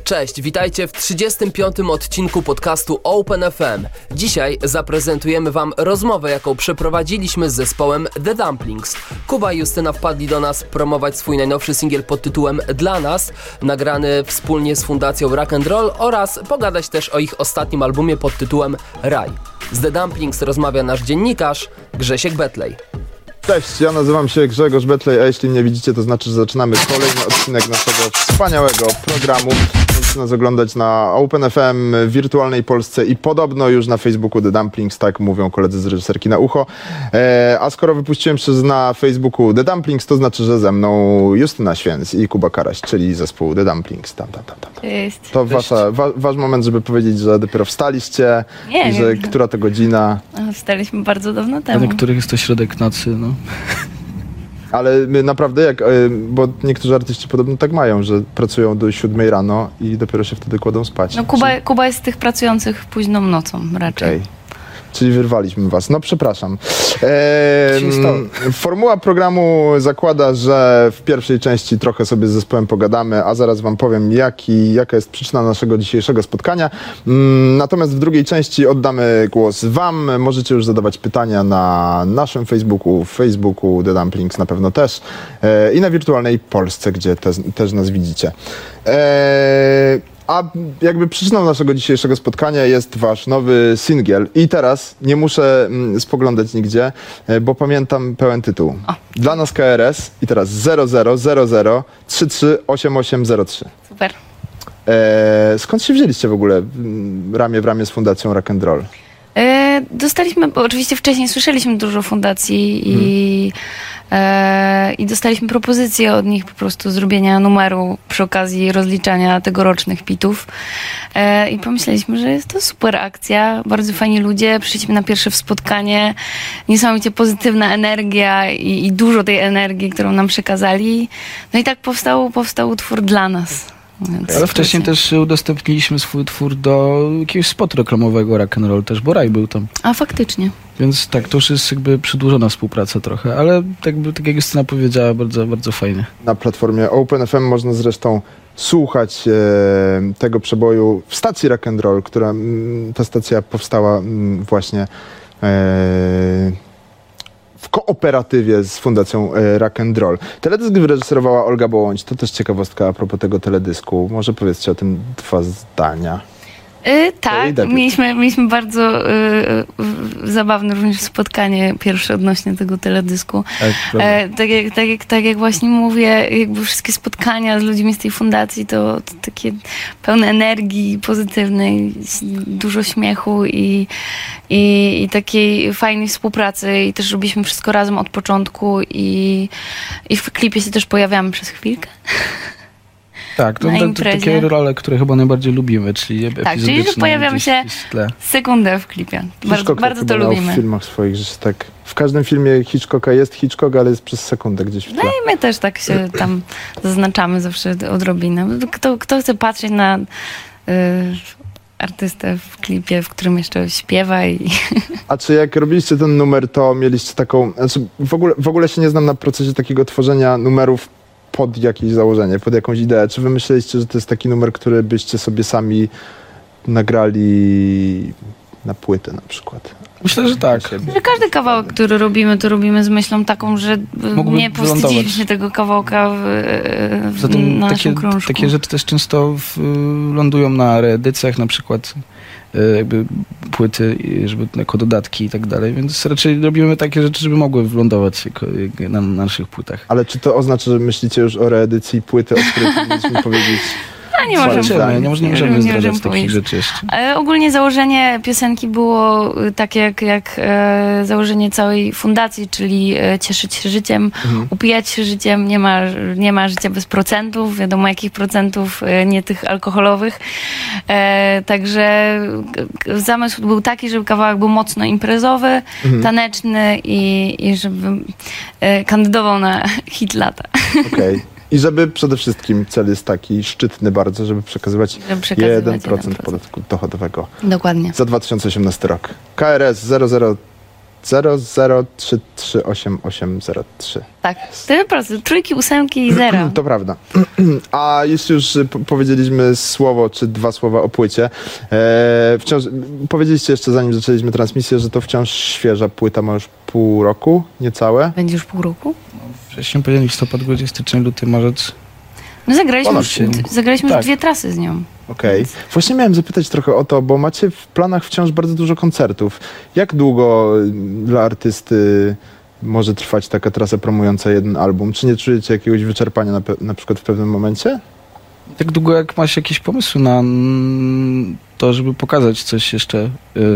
Cześć, witajcie w 35. odcinku podcastu Open FM. Dzisiaj zaprezentujemy wam rozmowę, jaką przeprowadziliśmy z zespołem The Dumplings. Kuba i Justyna wpadli do nas promować swój najnowszy singiel pod tytułem Dla nas, nagrany wspólnie z Fundacją Rock and Roll, oraz pogadać też o ich ostatnim albumie pod tytułem Raj. Z The Dumplings rozmawia nasz dziennikarz Grzesiek Betlej. Cześć, ja nazywam się Grzegorz Betlej, a jeśli mnie widzicie, to znaczy, że zaczynamy kolejny odcinek naszego wspaniałego programu. Możecie nas oglądać na Open FM, w wirtualnej Polsce i podobno już na Facebooku The Dumplings, tak mówią koledzy z reżyserki na ucho. A skoro wypuściłem na Facebooku The Dumplings, to znaczy, że ze mną Justyna Święc i Kuba Karaś, czyli zespół The Dumplings. Cześć. To wasz moment, żeby powiedzieć, że dopiero wstaliście i że która to godzina. Wstaliśmy bardzo dawno temu. Dla niektórych jest to środek nocy, no. Ale my naprawdę, bo niektórzy artyści podobno tak mają, że pracują do 7 rano i dopiero się wtedy kładą spać. No Kuba jest z tych pracujących późną nocą raczej. Okay. Czyli wyrwaliśmy was. No przepraszam. Formuła programu zakłada, że w pierwszej części trochę sobie z zespołem pogadamy, a zaraz wam powiem, jaka jest przyczyna naszego dzisiejszego spotkania. Natomiast w drugiej części oddamy głos wam. Możecie już zadawać pytania na naszym Facebooku The Dumplings na pewno też i na wirtualnej Polsce, gdzie też nas widzicie. A jakby przyczyną naszego dzisiejszego spotkania jest wasz nowy singiel. I teraz nie muszę spoglądać nigdzie, bo pamiętam pełen tytuł. Dla nas KRS i teraz 0000338803. Super. Skąd się wzięliście w ogóle ramię w ramię z Fundacją Rock and Roll? Dostaliśmy, bo oczywiście wcześniej słyszeliśmy dużo fundacji i dostaliśmy propozycję od nich po prostu zrobienia numeru przy okazji rozliczania tegorocznych pitów. I pomyśleliśmy, że jest to super akcja, bardzo fajni ludzie, przyszliśmy na pierwsze spotkanie, niesamowicie pozytywna energia i dużo tej energii, którą nam przekazali. No i tak powstał utwór Dla nas. Ale wcześniej też udostępniliśmy swój twór do jakiegoś spotu reklamowego Rock and Roll też, bo Raj był tam. A faktycznie. Więc tak, to już jest jakby przedłużona współpraca trochę, ale tak jak Justyna powiedziała, bardzo, bardzo fajnie. Na platformie Open FM można zresztą słuchać tego przeboju w stacji Rock and Roll, ta stacja powstała właśnie w kooperatywie z Fundacją Rock and Roll. Teledysk wyreżyserowała Olga Bołądź. To też ciekawostka a propos tego teledysku. Może powiedzcie o tym 2 zdania. Tak, mieliśmy bardzo zabawne również spotkanie pierwsze odnośnie tego teledysku. Tak jak właśnie mówię, jakby wszystkie spotkania z ludźmi z tej fundacji to takie pełne energii pozytywnej, dużo śmiechu i takiej fajnej współpracy i też robiliśmy wszystko razem od początku i w klipie się też pojawiamy przez chwilkę. Tak, to takie role, które chyba najbardziej lubimy, czyli epizodyczne. Czyli że pojawiamy się sekundę w klipie. Bardzo to lubimy. W filmach swoich, że tak w każdym filmie Hitchcocka jest Hitchcock, ale jest przez sekundę gdzieś w tle. No i my też tak się tam zaznaczamy zawsze odrobinę. Kto chce patrzeć na artystę w klipie, w którym jeszcze śpiewa i... A czy jak robiliście ten numer, to mieliście taką... Znaczy w ogóle się nie znam na procesie takiego tworzenia numerów pod jakieś założenie, pod jakąś ideę. Czy wy myśleliście, że to jest taki numer, który byście sobie sami nagrali na płytę na przykład? Myślę, że tak. Że każdy kawałek, który robimy, to robimy z myślą taką, że nie powstydziliśmy tego kawałka na naszym krążku. Takie rzeczy też często lądują na reedycjach, na przykład jakby płyty, żeby jako dodatki i tak dalej, więc raczej robimy takie rzeczy, żeby mogły wlądować na naszych płytach. Ale czy to oznacza, że myślicie już o reedycji płyty, o której powinniśmy powiedzieć? Nie możemy zdradzać takich rzeczy jeszcze. Ogólnie założenie piosenki było takie jak założenie całej fundacji, czyli cieszyć się życiem, upijać się życiem, nie ma życia bez procentów, wiadomo jakich procentów, nie tych alkoholowych. Także zamysł był taki, żeby kawałek był mocno imprezowy, taneczny i żeby kandydował na hit lata. Okej. I żeby przede wszystkim cel jest taki szczytny bardzo, żeby przekazywać 1% podatku dochodowego. Dokładnie. Za 2018 rok. KRS 00338803. Tak, to jest proste. 3, 8 i 0. To prawda. A jeśli już powiedzieliśmy słowo czy 2 słowa o płycie, wciąż powiedzieliście jeszcze zanim zaczęliśmy transmisję, że to wciąż świeża płyta, ma już pół roku, niecałe. Będzie już pół roku? Wcześniej powiedziałem listopad, grudzień, styczeń, luty, marzec. No zagraliśmy już 2 trasy z nią. Okej. Właśnie miałem zapytać trochę o to, bo macie w planach wciąż bardzo dużo koncertów. Jak długo dla artysty może trwać taka trasa promująca jeden album? Czy nie czujecie jakiegoś wyczerpania na przykład w pewnym momencie? Tak długo jak masz jakieś pomysły na to, żeby pokazać coś jeszcze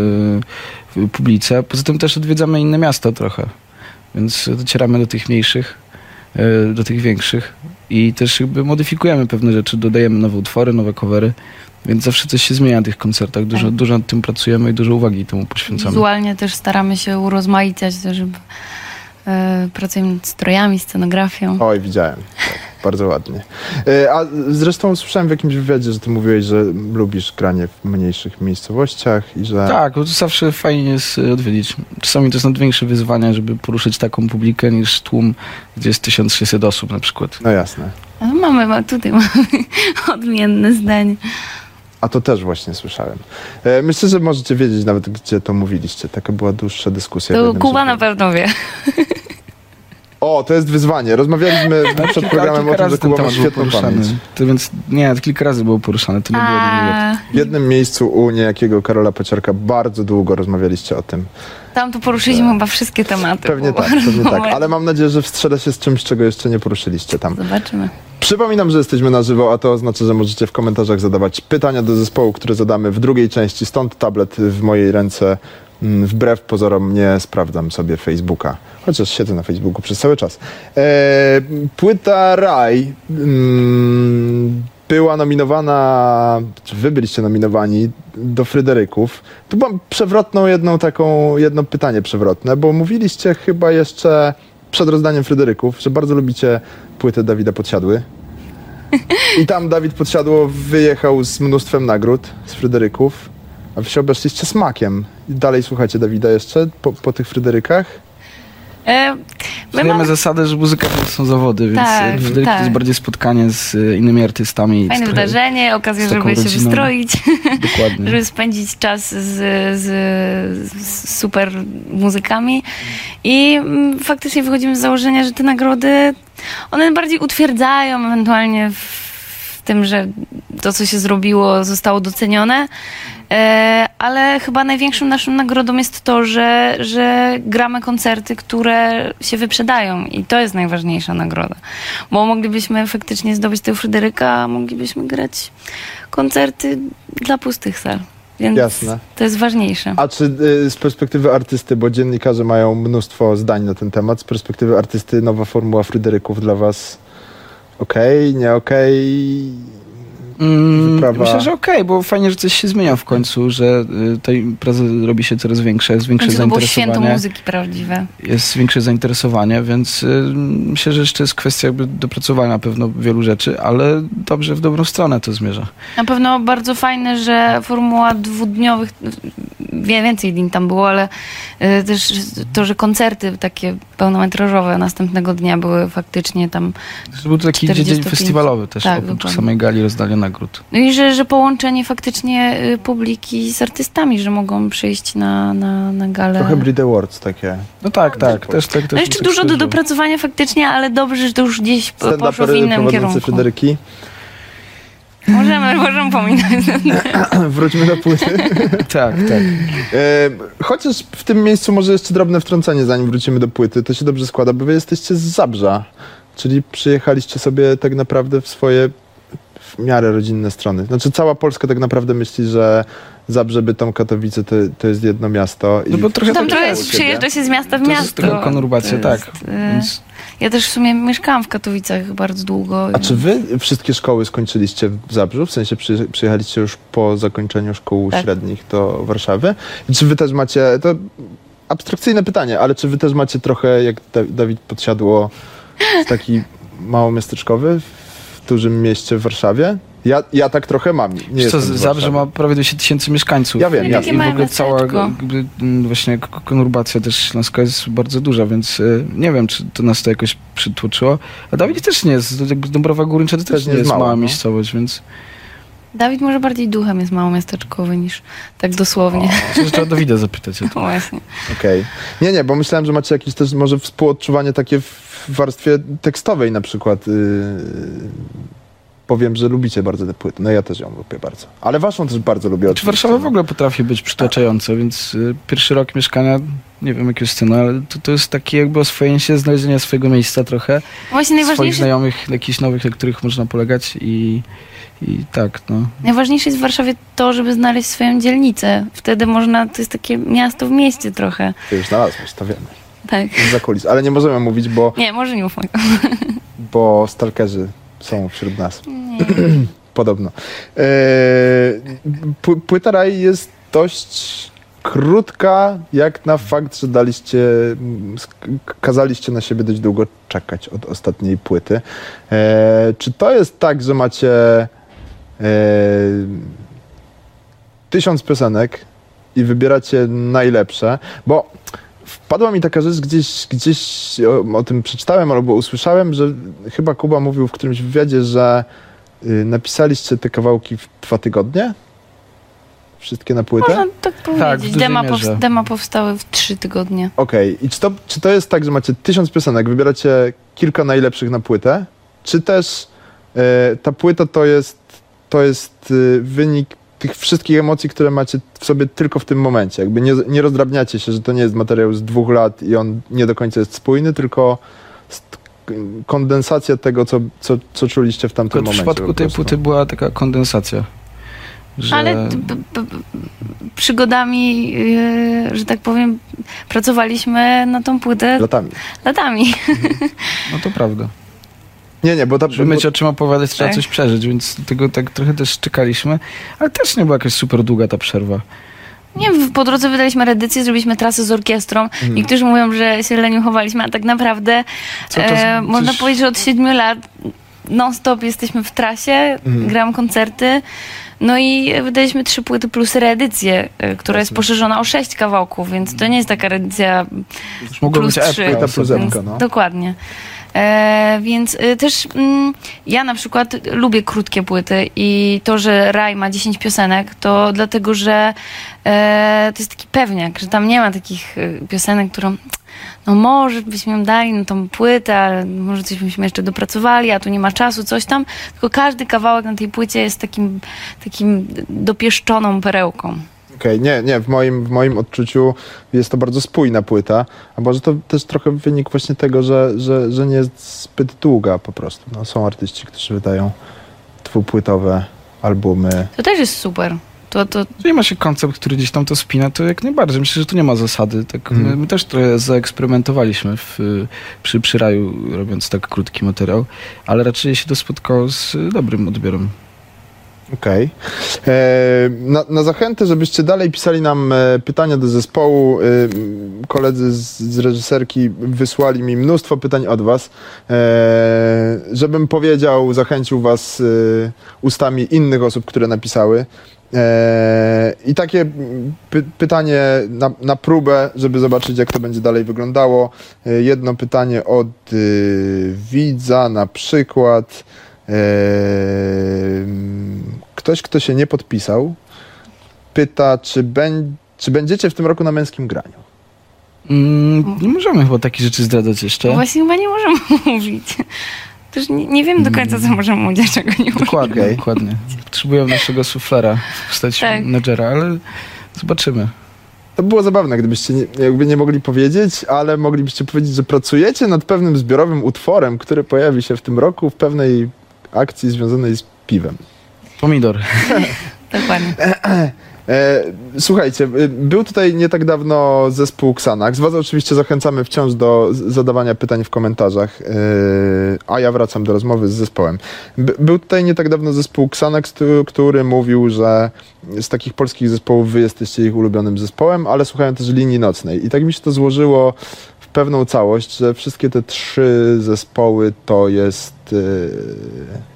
publice. Poza tym też odwiedzamy inne miasta trochę, więc docieramy do tych mniejszych, do tych większych i też jakby modyfikujemy pewne rzeczy, dodajemy nowe utwory, nowe covery, więc zawsze coś się zmienia na tych koncertach. Dużo nad tym pracujemy i dużo uwagi temu poświęcamy. Wizualnie też staramy się urozmaicać, żeby pracujemy nad strojami, scenografią. Oj, widziałem. Tak, bardzo ładnie. A zresztą słyszałem w jakimś wywiadzie, że ty mówiłeś, że lubisz granie w mniejszych miejscowościach i że... Tak, bo to zawsze fajnie jest odwiedzić. Czasami to są większe wyzwania, żeby poruszyć taką publikę niż tłum, gdzie jest 1600 osób na przykład. No jasne. Ale tutaj mamy odmienne zdanie. A to też właśnie słyszałem. Myślę, że możecie wiedzieć nawet, gdzie to mówiliście. Taka była dłuższa dyskusja. To Kuba na pewno wie. O, to jest wyzwanie. Rozmawialiśmy przed programem o tym, że Kuba ma świetną pamięć. To więc nie, to kilka razy było poruszane. To nie było jedno. W jednym miejscu u niejakiego Karola Paciorka bardzo długo rozmawialiście o tym. Tam to poruszyliśmy chyba wszystkie tematy. Pewnie tak, ale mam nadzieję, że wstrzelę się z czymś, czego jeszcze nie poruszyliście tam. Zobaczymy. Przypominam, że jesteśmy na żywo, a to oznacza, że możecie w komentarzach zadawać pytania do zespołu, które zadamy w drugiej części. Stąd tablet w mojej ręce. Wbrew pozorom nie sprawdzam sobie Facebooka, chociaż siedzę na Facebooku przez cały czas. Płyta Raj była nominowana, czy wy byliście nominowani do Fryderyków. Tu mam przewrotną jedno pytanie przewrotne, bo mówiliście chyba jeszcze przed rozdaniem Fryderyków, że bardzo lubicie płytę Dawida Podsiadły. I tam Dawid Podsiadło wyjechał z mnóstwem nagród z Fryderyków, a wy się obeszliście smakiem. I dalej słuchacie Dawida jeszcze po tych Fryderykach? Mamy zasadę, że muzyka to są zawody, więc Fryderyk to jest bardziej spotkanie z innymi artystami. Fajne wydarzenie, okazja, żeby się wystroić. Dokładnie. Żeby spędzić czas z super muzykami. I faktycznie wychodzimy z założenia, że te nagrody, one bardziej utwierdzają ewentualnie w tym, że to, co się zrobiło, zostało docenione. Ale chyba największą naszą nagrodą jest to, że gramy koncerty, które się wyprzedają i to jest najważniejsza nagroda. Bo moglibyśmy faktycznie zdobyć tego Fryderyka, a moglibyśmy grać koncerty dla pustych sal. Więc jasne. To jest ważniejsze. A czy z perspektywy artysty, bo dziennikarze mają mnóstwo zdań na ten temat, z perspektywy artysty nowa formuła Fryderyków dla was okej, nie okej? Myślę, że okej, bo fajnie, że coś się zmienia w końcu, że ta impreza robi się coraz większa, jest większe zainteresowanie. To było święto muzyki prawdziwe. Jest większe zainteresowanie, więc myślę, że jeszcze jest kwestia jakby dopracowania na pewno wielu rzeczy, ale dobrze w dobrą stronę to zmierza. Na pewno bardzo fajne, że formuła dwudniowych, więcej dni tam było, ale też to, że koncerty takie pełnometrażowe następnego dnia były faktycznie tam. To był taki dzień festiwalowy też, tak, oprócz samej gali rozdania nagród. No i że połączenie faktycznie publiki z artystami, że mogą przyjść na galę. Trochę Brit Awards takie. No tak. Też no jeszcze dużo do dopracowania faktycznie, ale dobrze, że to już gdzieś poszło w innym kierunku. Fryderyki. Możemy pominąć. Wróćmy do płyty. Tak. Chociaż w tym miejscu może jeszcze drobne wtrącenie, zanim wrócimy do płyty. To się dobrze składa, bo wy jesteście z Zabrza. Czyli przyjechaliście sobie tak naprawdę w swoje w miarę rodzinne strony. Znaczy cała Polska tak naprawdę myśli, że Zabrze, Bytom, Katowice to jest jedno miasto. No bo trochę tam trochę przyjeżdża się z miasta w miasto. To jest taka konurbacja, tak. Więc... Ja też w sumie mieszkałam w Katowicach bardzo długo. A czy wy wszystkie szkoły skończyliście w Zabrzu? W sensie przyjechaliście już po zakończeniu szkół średnich do Warszawy? I czy wy też macie, to abstrakcyjne pytanie, ale czy wy też macie trochę, jak Dawid Podsiadło, taki małomiasteczkowy w dużym mieście w Warszawie? Ja tak trochę mam. Zabrze ma prawie 10 000 mieszkańców. Ja wiem, i w ogóle cała właśnie konurbacja też śląska jest bardzo duża, więc nie wiem, czy to nas to jakoś przytłoczyło. A Dawid też nie jest. Dąbrowa Górnicza to też nie jest mała miejscowość, więc... Dawid może bardziej duchem jest małomiasteczkowy niż tak dosłownie. Trzeba Dawida zapytać o to. Właśnie. Okej. Nie, bo myślałem, że macie jakieś też może współodczuwanie takie w warstwie tekstowej na przykład. Powiem, że lubicie bardzo tę płytę. No ja też ją lubię bardzo. Ale waszą też bardzo lubię. Warszawa w ogóle potrafi być przytłaczająca, więc pierwszy rok mieszkania, nie wiem jakie sceny, ale to jest takie jakby oswojenie się, znalezienie swojego miejsca trochę. Właśnie swoich znajomych, jakichś nowych, na których można polegać i tak, no. Najważniejsze jest w Warszawie to, żeby znaleźć swoją dzielnicę. Wtedy można, to jest takie miasto w mieście trochę. Ty już znalazłeś, to wiemy. Tak. Za kulis. Ale nie możemy mówić, bo... Nie, może nie mówmy. Bo stalkerzy są wśród nas. Nie. Podobno. Płyta Raj jest dość krótka, jak na fakt, że kazaliście na siebie dość długo czekać od ostatniej płyty. Czy to jest tak, że macie 1000 piosenek i wybieracie najlepsze? Bo wpadła mi taka rzecz, gdzieś o tym przeczytałem albo usłyszałem, że chyba Kuba mówił w którymś wywiadzie, że napisaliście te kawałki w 2 tygodnie? Wszystkie na płytę? Można tak powiedzieć. Tak, dema powstały w 3 tygodnie. Okej. I czy to jest tak, że macie 1000 piosenek, wybieracie kilka najlepszych na płytę? Czy też ta płyta to jest wynik tych wszystkich emocji, które macie w sobie tylko w tym momencie? Jakby nie rozdrabniacie się, że to nie jest materiał z 2 lat i on nie do końca jest spójny, tylko kondensacja tego, co czuliście w tamtym momencie. W przypadku tej płyty była taka kondensacja. Że... Ale przygodami, że tak powiem, pracowaliśmy na tą płytę latami. No to prawda. Nie, bo żeby mieć o czym opowiadać, trzeba coś przeżyć, więc tego tak trochę też czekaliśmy, ale też nie była jakaś super długa ta przerwa. Nie, po drodze wydaliśmy reedycję, zrobiliśmy trasę z orkiestrą. Niektórzy mówią, że się leniuchowaliśmy, a tak naprawdę można powiedzieć, że od 7 lat non-stop jesteśmy w trasie, gram koncerty. No i wydaliśmy 3 płyty plus reedycję, która jest poszerzona o 6 kawałków, więc to nie jest taka reedycja plus 3. Plus epka, no. Dokładnie. Więc też ja na przykład lubię krótkie płyty i to, że Raj ma 10 piosenek, to dlatego, że to jest taki pewniak, że tam nie ma takich piosenek, którą no może byśmy ją dali na tą płytę, ale może coś byśmy jeszcze dopracowali, a tu nie ma czasu, coś tam. Tylko każdy kawałek na tej płycie jest takim dopieszczoną perełką. Okej, nie, w moim odczuciu jest to bardzo spójna płyta, a może to też trochę wynik właśnie tego, że nie jest zbyt długa po prostu. No, są artyści, którzy wydają 2-płytowe albumy. To też jest super. Jeżeli ma się koncept, który gdzieś tam to spina, to jak najbardziej. Myślę, że tu nie ma zasady. Tak, my też trochę zaeksperymentowaliśmy przy Raju, robiąc tak krótki materiał, ale raczej się to spotkało z dobrym odbiorem. Okej. Na zachętę, żebyście dalej pisali nam pytania do zespołu, koledzy z reżyserki wysłali mi mnóstwo pytań od was. Żebym powiedział, zachęcił was ustami innych osób, które napisały. I takie pytanie na próbę, żeby zobaczyć, jak to będzie dalej wyglądało. Jedno pytanie od widza na przykład. Ktoś, kto się nie podpisał, pyta, czy będziecie w tym roku na Męskim Graniu? Nie możemy chyba takich rzeczy zdradzać jeszcze. No właśnie chyba nie możemy mówić. Też nie wiem do końca, co możemy mówić, czego nie możemy. Dokładnie. Potrzebujemy naszego suflera w postaci menedżera, ale zobaczymy. To było zabawne, gdybyście jakby nie mogli powiedzieć, ale moglibyście powiedzieć, że pracujecie nad pewnym zbiorowym utworem, który pojawi się w tym roku w pewnej akcji związanej z piwem. Pomidor. Dokładnie. Słuchajcie, był tutaj nie tak dawno zespół Xanax. Was oczywiście zachęcamy wciąż do zadawania pytań w komentarzach, a ja wracam do rozmowy z zespołem. Był tutaj nie tak dawno zespół Xanax, który mówił, że z takich polskich zespołów wy jesteście ich ulubionym zespołem, ale słuchają też Linii Nocnej. I tak mi się to złożyło w pewną całość, że wszystkie te 3 zespoły to jest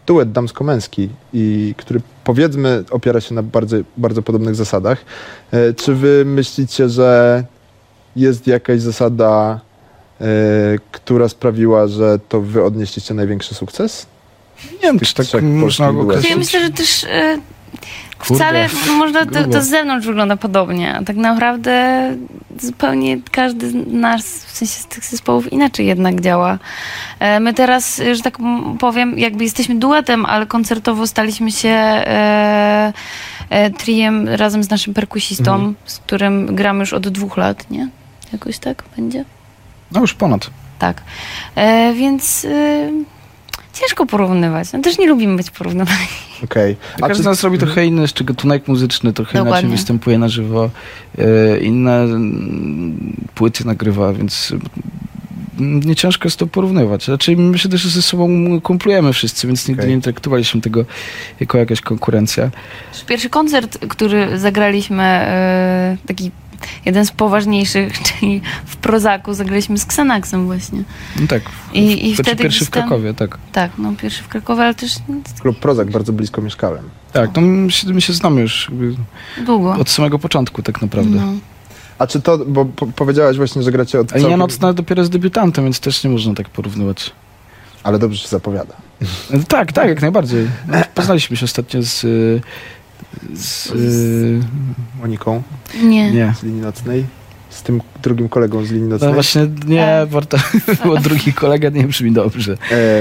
duet damsko-męski, i który powiedzmy opiera się na bardzo, bardzo podobnych zasadach. Czy wy myślicie, że jest jakaś zasada, która sprawiła, że to wy odnieśliście największy sukces? Nie wiem, czy tak można określić. Ja myślę, że też wcale można to z zewnątrz wygląda podobnie, a tak naprawdę zupełnie każdy z nas, w sensie z tych zespołów, inaczej jednak działa. My teraz, że tak powiem, jakby jesteśmy duetem, ale koncertowo staliśmy się triem razem z naszym perkusistą, z którym gramy już od 2 lat, nie? Jakoś tak będzie? No już ponad. Tak. Więc ciężko porównywać. No też nie lubimy być porównywani. Okay. Każdy z nas robi trochę inny jeszcze gatunek muzyczny, trochę inaczej występuje na żywo, inne płyty nagrywa, więc nie ciężko jest to porównywać. Znaczy my się też ze sobą kumplujemy wszyscy, więc nigdy nie traktowaliśmy tego jako jakaś konkurencja. Pierwszy koncert, który zagraliśmy, taki jeden z poważniejszych, czyli w Prozaku, zagraliśmy z Xanaxem właśnie. No tak, I wtedy pierwszy w Krakowie, tak. Tak, no pierwszy w Krakowie, ale też... Klub Prozak, bardzo blisko mieszkałem. Tak, no my się znamy już długo. Od samego początku tak naprawdę. No. A czy to, bo powiedziałaś właśnie, że gracie od całkiem... A ja Nocna dopiero z debiutantem, więc też nie można tak porównywać. Ale dobrze się zapowiada. Tak, jak najbardziej. No, poznaliśmy się ostatnio z Moniką? Nie. Z Linii Nocnej? Z tym drugim kolegą z Linii Nocnej? No właśnie, nie, bo drugi kolega nie brzmi dobrze.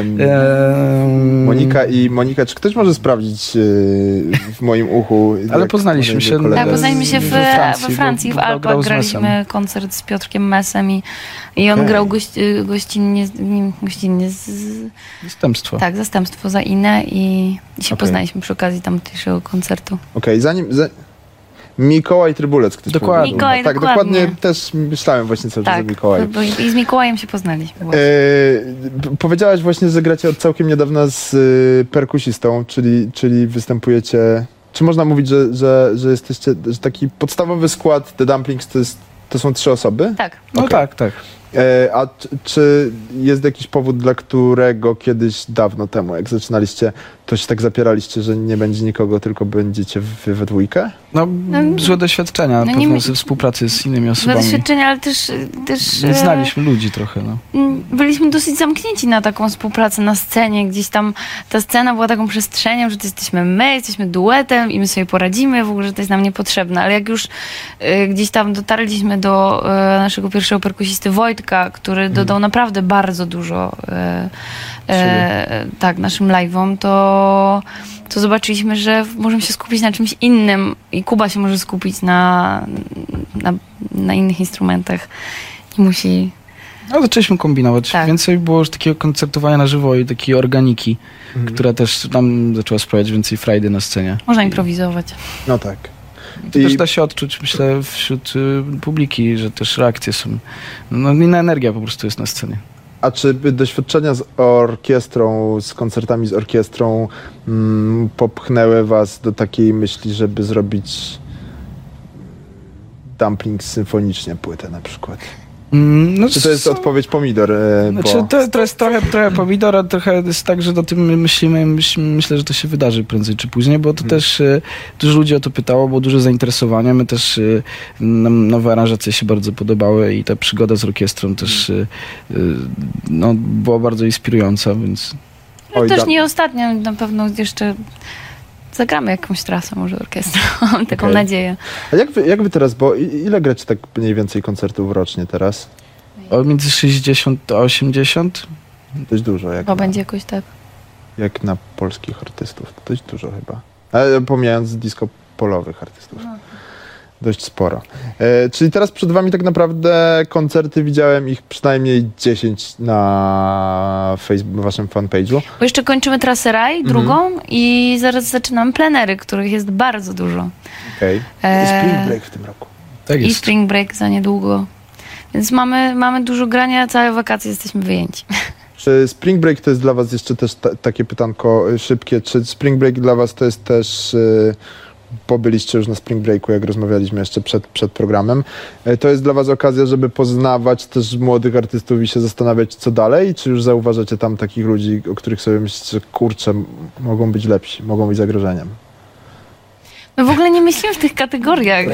Monika, czy ktoś może sprawdzić w moim uchu? Ale poznaliśmy się. Tak, poznaliśmy się we Francji, w Alpach graliśmy koncert z Piotrkiem Messem i on grał gościnnie z... Zastępstwo. Tak, zastępstwo za Inę i się poznaliśmy przy okazji tamtejszego koncertu. Okej, Mikołaj Trybulec, ktoś dokładnie. Mikołaj, tak, dokładnie też myślałem właśnie cały czas o Mikołaju. I z Mikołajem się poznaliśmy. Powiedziałaś właśnie, że gracie od całkiem niedawna z perkusistą, czyli występujecie... Czy można mówić, że jesteście, że taki podstawowy skład The Dumplings to są 3 osoby? Tak. No tak. A czy jest jakiś powód, dla którego kiedyś dawno temu, jak zaczynaliście, to się tak zapieraliście, że nie będzie nikogo, tylko będziecie we dwójkę? No, złe doświadczenia, pewno ze współpracy z innymi osobami. Złe doświadczenia, ale też nie znaliśmy ludzi trochę, no. Byliśmy dosyć zamknięci na taką współpracę na scenie. Gdzieś tam ta scena była taką przestrzenią, że to jesteśmy duetem i my sobie poradzimy, w ogóle, że to jest nam niepotrzebne. Ale jak już gdzieś tam dotarliśmy do naszego pierwszego perkusisty Wojtka, który dodał naprawdę bardzo dużo naszym live'om, to zobaczyliśmy, że możemy się skupić na czymś innym i Kuba się może skupić na innych instrumentach. Nie musi... No, zaczęliśmy kombinować. Tak. Więcej było już takiego koncertowania na żywo i takiej organiki, która też nam zaczęła sprawiać więcej frajdy na scenie. Można improwizować. No tak. To też da się odczuć, myślę, wśród publiki, że też reakcje są... No, inna energia po prostu jest na scenie. A czy doświadczenia z orkiestrą, z koncertami z orkiestrą popchnęły was do takiej myśli, żeby zrobić Dumplings symfonicznie płytę na przykład? No, czy to jest odpowiedź pomidor? Znaczy, to jest trochę pomidor, a trochę jest tak, że o tym myślimy. Myślę, że to się wydarzy prędzej czy później, bo to też dużo ludzi o to pytało, było dużo zainteresowania. My też nam nowe aranżacje się bardzo podobały i ta przygoda z orkiestrą też była bardzo inspirująca, więc... No też nie ostatnio, na pewno jeszcze... Zagramy jakąś trasę może orkiestrą, mam taką nadzieję. A jak wy teraz, bo ile gracie tak mniej więcej koncertów rocznie teraz? Między 60 a 80? Dość dużo. Będzie jakoś tak. Jak na polskich artystów, to dość dużo chyba. Ale pomijając disco polowych artystów. No. Dość sporo. Czyli teraz przed wami tak naprawdę koncerty, widziałem ich przynajmniej 10 na waszym fanpage'u. Bo jeszcze kończymy trasę Raj, drugą i zaraz zaczynamy plenery, których jest bardzo dużo. Okej. Spring Break w tym roku. Tak jest. I Spring Break za niedługo. Więc mamy dużo grania, całe wakacje jesteśmy wyjęci. Czy Spring Break to jest dla was jeszcze też takie pytanko szybkie, czy Spring Break dla was to jest też pobyliście już na Spring Breaku, jak rozmawialiśmy jeszcze przed programem. To jest dla was okazja, żeby poznawać też młodych artystów i się zastanawiać, co dalej? Czy już zauważacie tam takich ludzi, o których sobie myślicie, że kurczę, mogą być lepsi, mogą być zagrożeniem? No w ogóle nie myślimy w tych kategoriach.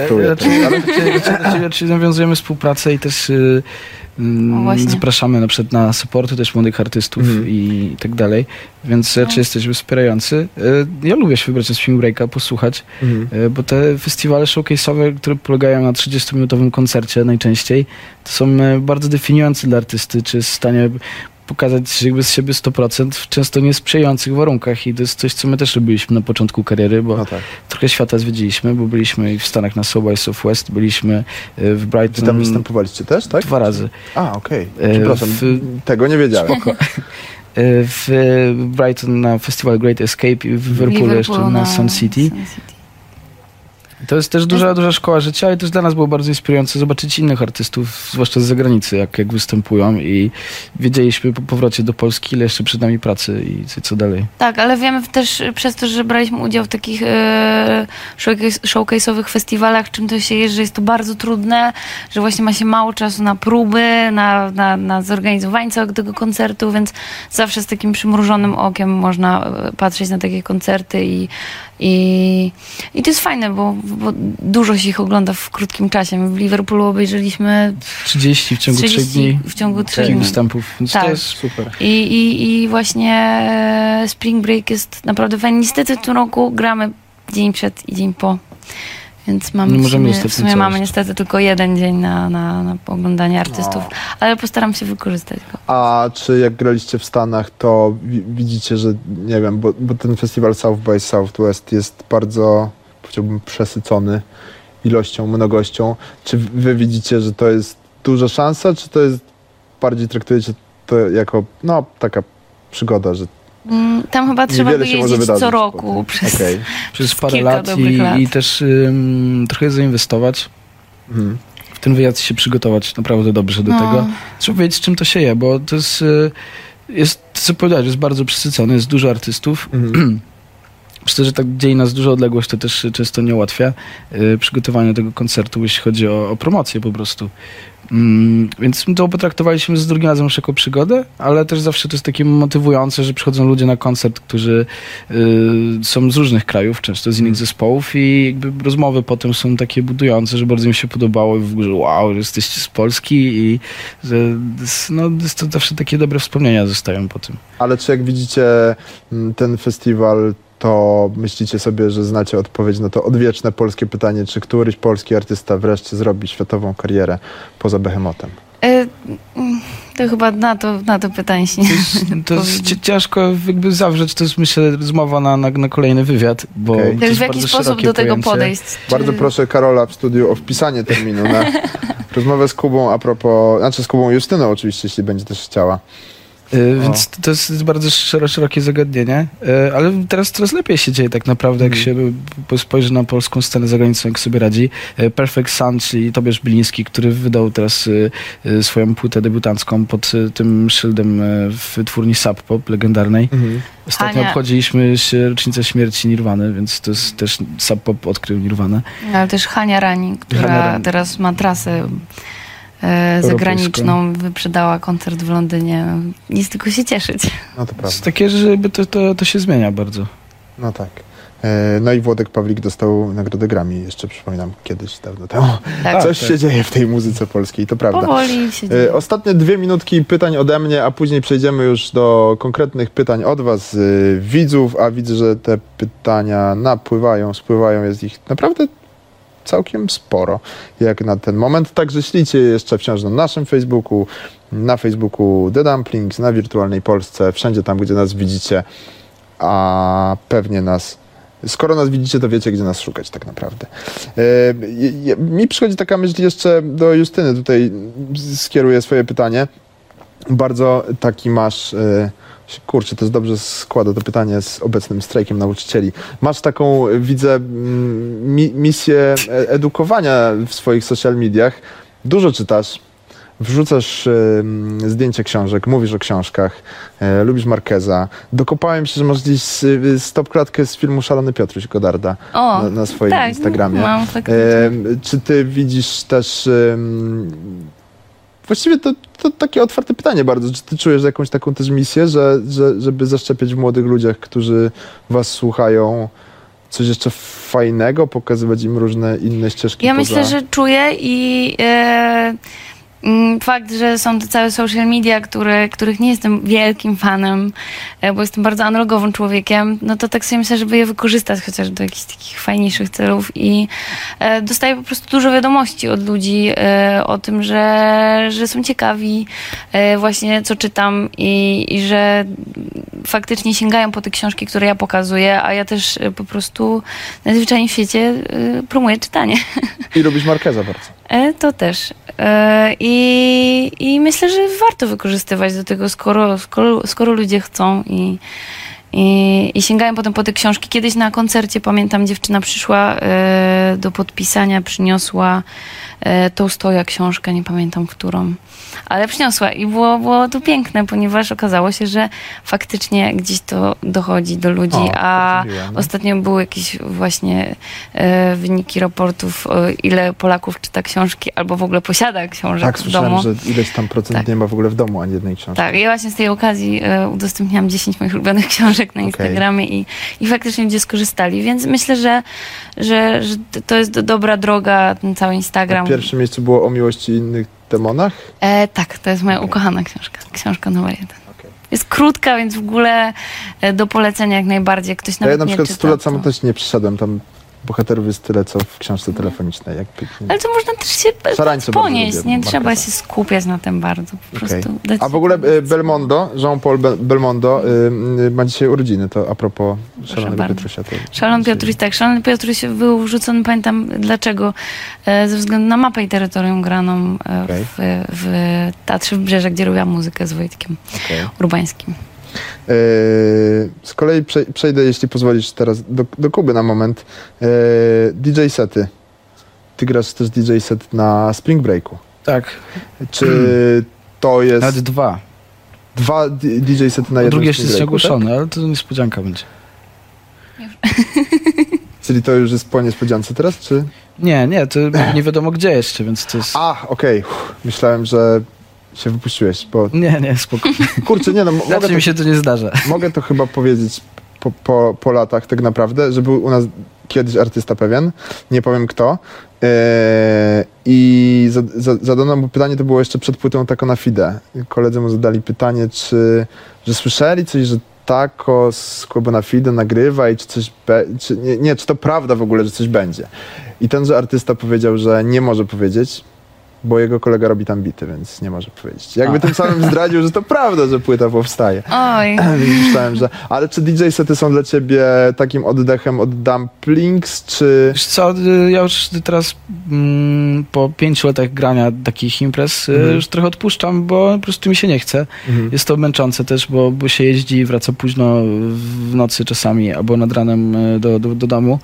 Raczej nawiązujemy współpracę i też zapraszamy na przykład na supporty też młodych artystów i tak dalej, więc raczej jesteśmy wspierający. Ja lubię się wybrać na Spring Breaka, posłuchać, bo te festiwale showcase'owe, które polegają na 30-minutowym koncercie najczęściej, to są bardzo definiujące dla artysty, czy jest w stanie pokazać jakby z siebie 100% w często niesprzyjających warunkach i to jest coś, co my też robiliśmy na początku kariery, bo trochę świata zwiedziliśmy, bo byliśmy i w Stanach na South by Southwest, byliśmy w Brighton. Czy tam występowaliście też, tak? 2 razy. Okej. Przepraszam, tego nie wiedziałem. Spoko. W Brighton na festiwal Great Escape i w Liverpoolu jeszcze na Sun City. To jest też duża szkoła życia i też dla nas było bardzo inspirujące zobaczyć innych artystów, zwłaszcza z zagranicy, jak występują i wiedzieliśmy po powrocie do Polski, ile jeszcze przed nami pracy i co dalej. Tak, ale wiemy też przez to, że braliśmy udział w takich showcase'owych festiwalach, czym to się jest, że jest to bardzo trudne, że właśnie ma się mało czasu na próby, na zorganizowanie całego tego koncertu, więc zawsze z takim przymrużonym okiem można patrzeć na takie koncerty i to jest fajne, bo dużo się ich ogląda w krótkim czasie. My w Liverpoolu obejrzeliśmy 30 w ciągu 3 dni. W ciągu 3 dni. Występów, więc tak. To jest super. I właśnie Spring Break jest naprawdę fajny. Niestety w tym roku gramy dzień przed i dzień po. Więc mamy w sumie mamy niestety tylko 1 dzień na oglądanie artystów, ale postaram się wykorzystać go. A czy jak graliście w Stanach, to widzicie, że nie wiem, bo ten festiwal South by Southwest jest bardzo, powiedziałbym, przesycony ilością, mnogością. Czy wy widzicie, że to jest duża szansa, czy to jest bardziej traktujecie to jako taka przygoda, że tam chyba trzeba by jeździć co roku przez parę lat i też trochę zainwestować. W ten wyjazd się przygotować naprawdę dobrze do tego. Trzeba wiedzieć, czym to się je, bo to jest co powiedziałeś, jest bardzo przesycony, jest dużo artystów. Przez to, że tak dzieli nas duża odległość, to też często nie ułatwia przygotowania tego koncertu, jeśli chodzi o promocję po prostu. Więc my to potraktowaliśmy z drugim razem już jako przygodę, ale też zawsze to jest takie motywujące, że przychodzą ludzie na koncert, którzy są z różnych krajów, często z innych zespołów i jakby rozmowy potem są takie budujące, że bardzo mi się podobało i w ogóle, że wow, że jesteście z Polski i że to zawsze takie dobre wspomnienia zostają po tym. Ale czy jak widzicie ten festiwal, to myślicie sobie, że znacie odpowiedź na to odwieczne polskie pytanie, czy któryś polski artysta wreszcie zrobi światową karierę poza Behemotem? To chyba na to pytanie się to jest ciężko jakby zawrzeć, to jest myślę rozmowa na kolejny wywiad, bo to jest w jaki sposób do tego podejść? Bardzo proszę Karola w studiu o wpisanie terminu na rozmowę z Kubą a propos, z Kubą Justyną oczywiście, jeśli będzie też chciała. Więc to jest bardzo szerokie zagadnienie, ale teraz coraz lepiej się dzieje tak naprawdę, jak się spojrzy na polską scenę za granicą, jak sobie radzi. Perfect Sun, czyli Tobiasz Biliński, który wydał teraz swoją płytę debiutancką pod tym szyldem w wytwórni Sub Pop legendarnej. Ostatnio obchodziliśmy rocznicę śmierci Nirwany, więc to jest też Sub Pop odkrył Nirwanę. Ale też Hania Rani, która teraz ma trasę zagraniczną, wyprzedała koncert w Londynie. Nic tylko się cieszyć. No to prawda. Jest takie, że to się zmienia bardzo. No tak. No i Włodek Pawlik dostał nagrodę Grammy, jeszcze przypominam, kiedyś, dawno temu. Tak. Coś się dzieje w tej muzyce polskiej, to prawda. Powoli się dzieje. Ostatnie 2 minutki pytań ode mnie, a później przejdziemy już do konkretnych pytań od was, widzów, a widzę, że te pytania spływają, jest ich naprawdę całkiem sporo, jak na ten moment. Także ślijcie jeszcze wciąż na naszym Facebooku, na Facebooku The Dumplings, na Wirtualnej Polsce, wszędzie tam, gdzie nas widzicie, a pewnie skoro nas widzicie, to wiecie, gdzie nas szukać tak naprawdę. Mi przychodzi taka myśl jeszcze do Justyny, tutaj skieruję swoje pytanie. Bardzo taki masz... Kurczę, to jest dobrze składa to pytanie z obecnym strajkiem nauczycieli. Masz taką, widzę, misję edukowania w swoich social mediach. Dużo czytasz, wrzucasz zdjęcia książek, mówisz o książkach, lubisz Marqueza. Dokopałem się, że masz gdzieś stop-klatkę z filmu Szalony Piotruś Godarda na swoim Instagramie. Mam czy ty widzisz też... Właściwie to takie otwarte pytanie bardzo. Czy ty czujesz jakąś taką też misję, żeby zaszczepiać w młodych ludziach, którzy was słuchają, coś jeszcze fajnego, pokazywać im różne inne ścieżki? Ja myślę, że czuję i fakt, że są te całe social media, których nie jestem wielkim fanem, bo jestem bardzo analogowym człowiekiem, no to tak sobie myślę, żeby je wykorzystać chociaż do jakichś takich fajniejszych celów i dostaję po prostu dużo wiadomości od ludzi o tym, że są ciekawi właśnie co czytam i że faktycznie sięgają po te książki, które ja pokazuję, a ja też po prostu najzwyczajniej w świecie promuję czytanie. I lubisz Marqueza bardzo. To też. I myślę, że warto wykorzystywać do tego, skoro ludzie chcą i sięgają potem po te książki. Kiedyś na koncercie, pamiętam, dziewczyna przyszła do podpisania, przyniosła Tołstoja książkę, nie pamiętam którą, ale przyniosła i było to piękne, ponieważ okazało się, że faktycznie gdzieś to dochodzi do ludzi, ostatnio były jakieś właśnie wyniki raportów, ile Polaków czyta książki albo w ogóle posiada książek w domu. Tak, słyszałem, że ileś tam procent nie ma w ogóle w domu ani jednej książki. Tak, ja właśnie z tej okazji udostępniałam 10 moich ulubionych książek na Instagramie i faktycznie ludzie skorzystali, więc myślę, że to jest dobra droga, ten cały Instagram. Na pierwszym miejscu było O miłości i innych demonach? Tak, to jest moja ukochana książka numer 1. Jest krótka, więc w ogóle do polecenia jak najbardziej. Ktoś nawet ja na przykład czyta, 100 lat samotności nie przyszedłem, tam bohaterów jest tyle, co w książce telefonicznej. Ale to można też się ponieść, nie trzeba się skupiać na tym bardzo. Po prostu a w ogóle Belmondo, Jean-Paul Belmondo ma dzisiaj urodziny, to a propos Szalonego Piotrusia. Szalony Piotruś, tak. Szalony Piotruś był wrzucony, pamiętam dlaczego, ze względu na mapę i terytorium graną w Teatrze Wybrzeże, gdzie robiłam muzykę z Wojtkiem Urbańskim. Z kolei przejdę, jeśli pozwolisz, teraz do Kuby na moment. DJ sety. Ty grasz też DJ set na Spring Breaku. Tak. Czy to jest... Nawet dwa. Dwa DJ sety na jednym drugie jeszcze jest ogłoszone, tak? ale to niespodzianka będzie. Czyli to już jest po niespodziance teraz, czy? Nie, to nie wiadomo gdzie jeszcze, więc to jest... Okej. Myślałem, że się wypuściłeś, bo... Nie, spokojnie. Kurczę, nie no... Raczej mi się to nie zdarza. Mogę to chyba powiedzieć po latach tak naprawdę, że był u nas kiedyś artysta pewien, nie powiem kto, i zadano mu pytanie, to było jeszcze przed płytą Taco na Fide. Koledzy mu zadali pytanie, że słyszeli coś, że Taco z Clubu na Fide nagrywa i czy coś czy to prawda w ogóle, że coś będzie. I tenże artysta powiedział, że nie może powiedzieć, bo jego kolega robi tam bity, więc nie może powiedzieć. Jakby tym samym zdradził, że to prawda, że płyta powstaje. Oj. Myślałem, że... Ale czy DJ sety są dla ciebie takim oddechem od Dumplings, czy... Wiesz co, ja już teraz po 5 latach grania takich imprez już trochę odpuszczam, bo po prostu mi się nie chce. Jest to męczące też, bo się jeździ i wraca późno w nocy czasami, albo nad ranem do domu.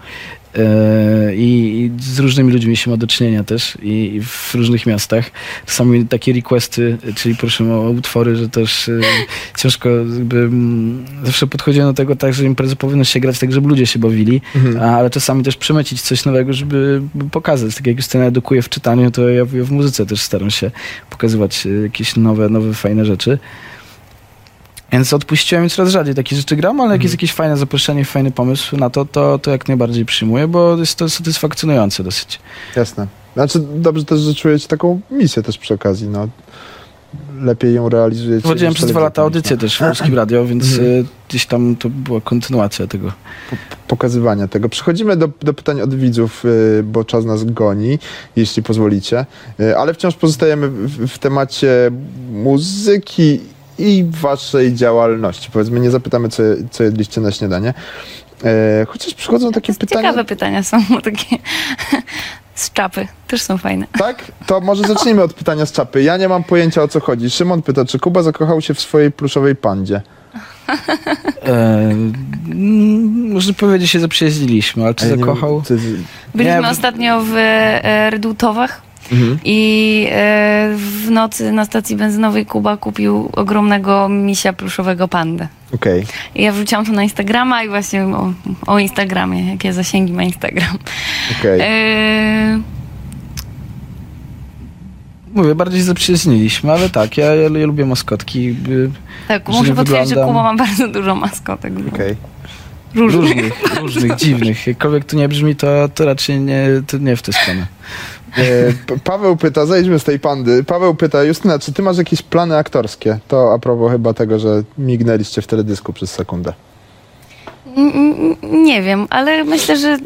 I z różnymi ludźmi się ma do czynienia też i w różnych miastach. Czasami takie requesty, czyli prosimy o utwory, że też ciężko jakby zawsze podchodziłem do tego tak, że imprezy powinno się grać tak, żeby ludzie się bawili, ale czasami też przemycić coś nowego, żeby pokazać. Tak jak Justyna edukuje w czytaniu, to ja w muzyce też staram się pokazywać jakieś nowe fajne rzeczy. Więc odpuściłem i coraz rzadziej takie rzeczy gram, ale jak jest jakieś fajne zaproszenie, fajny pomysł na to jak najbardziej przyjmuję, bo jest to satysfakcjonujące dosyć. Jasne. Znaczy dobrze też, że czujecie taką misję też przy okazji, no. Lepiej ją realizujecie. Prowadziłem przez 2 lata audycję też w Polskim Radio, więc gdzieś tam to była kontynuacja tego. Pokazywania tego. Przechodzimy do pytań od widzów, bo czas nas goni, jeśli pozwolicie. Ale wciąż pozostajemy w temacie muzyki i waszej działalności. Powiedzmy, nie zapytamy, co jedliście na śniadanie. Chociaż przychodzą takie pytania... Ciekawe pytania są, takie z czapy. Też są fajne. Tak? To może zacznijmy od pytania z czapy. Ja nie mam pojęcia, o co chodzi. Szymon pyta, czy Kuba zakochał się w swojej pluszowej pandzie? Można powiedzieć, się zaprzyjaźniliśmy, ale czy zakochał? Byliśmy ostatnio w Redutowach. I w nocy na stacji benzynowej Kuba kupił ogromnego misia pluszowego pandę. Okej. I ja wrzuciłam to na Instagrama i właśnie o Instagramie, jakie zasięgi ma Instagram. Okej. Mówię, bardziej zaprzyjaźniliśmy, ale tak, ja lubię maskotki. Tak, muszę potwierdzić, że Kuba ma bardzo dużo maskotek. Okej. Różnych. Dziwnych. Jakkolwiek to nie brzmi, to raczej nie w tę stronę. Paweł pyta, zejdźmy z tej pandy. Paweł pyta, Justyna, czy ty masz jakieś plany aktorskie? To a propos chyba tego, że mignęliście w teledysku przez sekundę. Nie wiem, ale myślę, że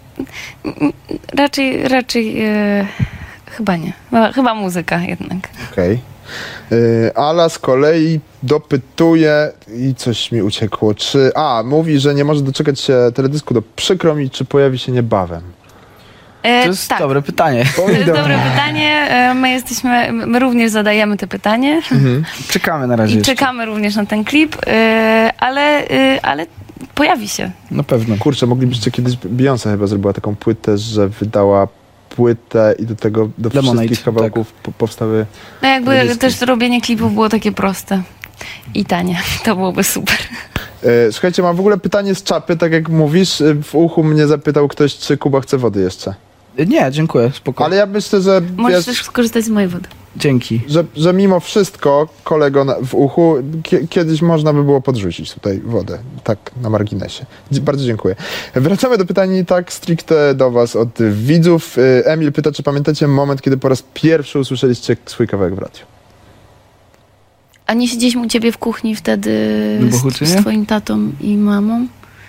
raczej chyba nie. Chyba muzyka jednak. Okej. Ala z kolei dopytuje i coś mi uciekło. Mówi, że nie może doczekać się teledysku. Przykro mi, czy pojawi się niebawem? To jest dobre pytanie. To jest dobre pytanie. My również zadajemy to pytanie. Czekamy na razie. I czekamy również na ten klip, ale pojawi się. Na pewno. Kurczę, moglibyście kiedyś... Beyoncé chyba zrobiła taką płytę, że wydała płytę i do Lemonade, wszystkich kawałków powstały... No jakby też robienie klipów było takie proste i tanie. To byłoby super. Słuchajcie, mam w ogóle pytanie z czapy, tak jak mówisz. W uchu mnie zapytał ktoś, czy Kuba chce wody jeszcze. Nie, dziękuję, spokojnie. Ale ja myślę, że... Możesz też skorzystać z mojej wody. Dzięki. Że mimo wszystko, kolego w uchu, kiedyś można by było podrzucić tutaj wodę, tak na marginesie. Bardzo dziękuję. Wracamy do pytań tak stricte do was od widzów. Emil pyta, czy pamiętacie moment, kiedy po raz pierwszy usłyszeliście swój kawałek w radiu? A nie siedzieliśmy u ciebie w kuchni wtedy z twoim tatą i mamą?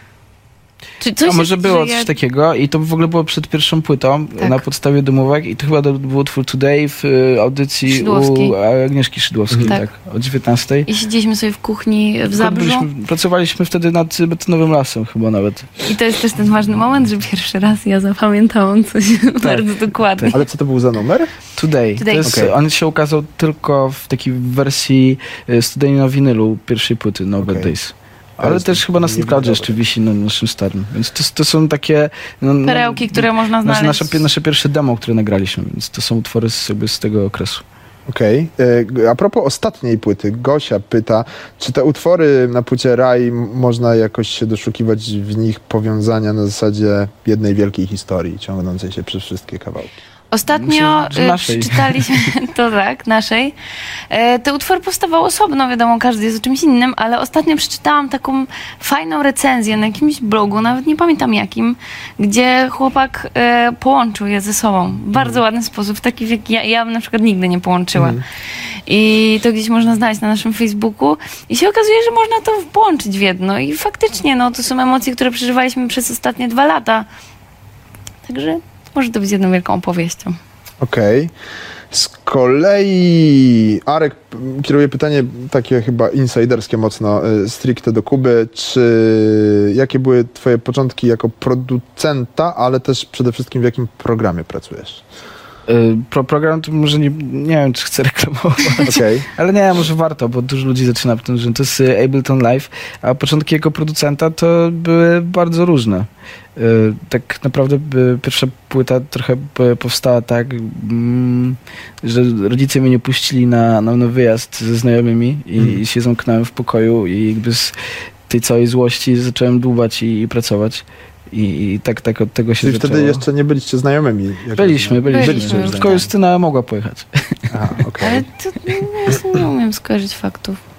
A może było coś takiego i to w ogóle było przed pierwszą płytą na podstawie domówek i to chyba był utwór Today w audycji u Agnieszki Szydłowskiej, tak, o 19:00. I siedzieliśmy sobie w kuchni w Zabrzu. Pracowaliśmy wtedy nad Betonowym Lasem chyba nawet. I to jest też ten ważny moment, że pierwszy raz ja zapamiętałam coś bardzo dokładnie. Ale co to był za numer? Today. To jest, on się ukazał tylko w takiej wersji studyjnej na winylu pierwszej płyty No Bad Days. Ale też chyba na SoundCloudzie jeszcze wisi na naszym starym. Więc to są takie... perełki, które można znaleźć. Nasze pierwsze demo, które nagraliśmy, więc to są utwory z tego okresu. Okej. A propos ostatniej płyty, Gosia pyta, czy te utwory na płycie Raj można jakoś się doszukiwać w nich powiązania na zasadzie jednej wielkiej historii, ciągnącej się przez wszystkie kawałki? Ostatnio przeczytaliśmy, to tak, naszej. Te utwory powstawały osobno, wiadomo, każdy jest o czymś innym, ale ostatnio przeczytałam taką fajną recenzję na jakimś blogu, nawet nie pamiętam jakim, gdzie chłopak połączył je ze sobą w bardzo ładny sposób, w taki, jak ja na przykład nigdy nie połączyła. I to gdzieś można znaleźć na naszym Facebooku i się okazuje, że można to połączyć w jedno i faktycznie, no, to są emocje, które przeżywaliśmy przez ostatnie 2 lata. Także może to być jedną wielką opowieścią. Okej. Z kolei Arek kieruje pytanie takie chyba insiderskie mocno, stricte do Kuby. Jakie były twoje początki jako producenta, ale też przede wszystkim w jakim programie pracujesz? Program to może nie wiem, czy chcę reklamować, ale nie, może warto, bo dużo ludzi zaczyna tym, że to jest Ableton Live, a początki jako producenta to były bardzo różne. Tak naprawdę pierwsza płyta trochę powstała tak, że rodzice mnie nie puścili na wyjazd ze znajomymi i się zamknąłem w pokoju i jakby z tej całej złości zacząłem dłubać i pracować. I tak od tego się Czyli zaczęło. wtedy jeszcze nie byliście znajomymi? Byliśmy. Tylko Justyna mogła pojechać. Aha, ale to nie umiem skojarzyć faktów.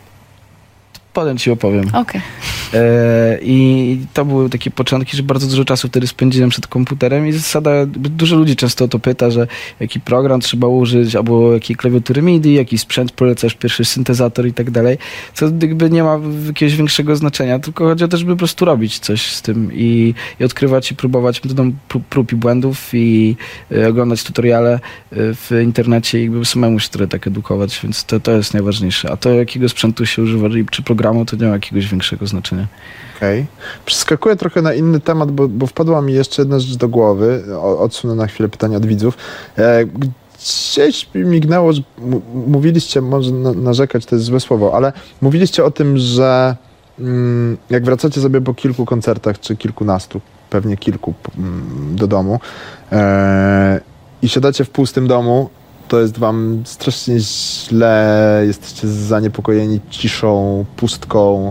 Potem ci opowiem. Okej. I to były takie początki, że bardzo dużo czasu wtedy spędziłem przed komputerem i zasada, dużo ludzi często o to pyta, że jaki program trzeba użyć, albo jakiej klawiatury MIDI, jaki sprzęt polecasz, pierwszy syntezator i tak dalej, co jakby nie ma jakiegoś większego znaczenia, tylko chodzi o to, żeby po prostu robić coś z tym i odkrywać i próbować metodą prób i błędów i oglądać tutoriale w internecie i jakby samemu się trochę tak edukować, więc to jest najważniejsze. A to jakiego sprzętu się używa, czy programu, to nie ma jakiegoś większego znaczenia. Okej. Przeskakuję trochę na inny temat, bo wpadła mi jeszcze jedna rzecz do głowy. Odsunę na chwilę pytania od widzów. Gdzieś mi mignęło, że mówiliście, może narzekać to jest złe słowo, ale mówiliście o tym, że jak wracacie sobie po kilku koncertach, czy kilkunastu, pewnie kilku do domu, i siadacie w pustym domu, to jest wam strasznie źle, jesteście zaniepokojeni ciszą, pustką.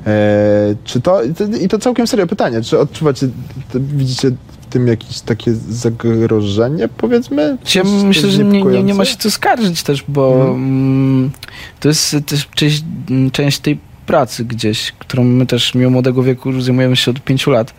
I to całkiem serio pytanie, czy odczuwacie, widzicie w tym jakieś takie zagrożenie, powiedzmy? Ja myślę, że nie ma się co skarżyć też, bo to jest też część tej pracy gdzieś, którą my też mimo młodego wieku zajmujemy się od 5 lat.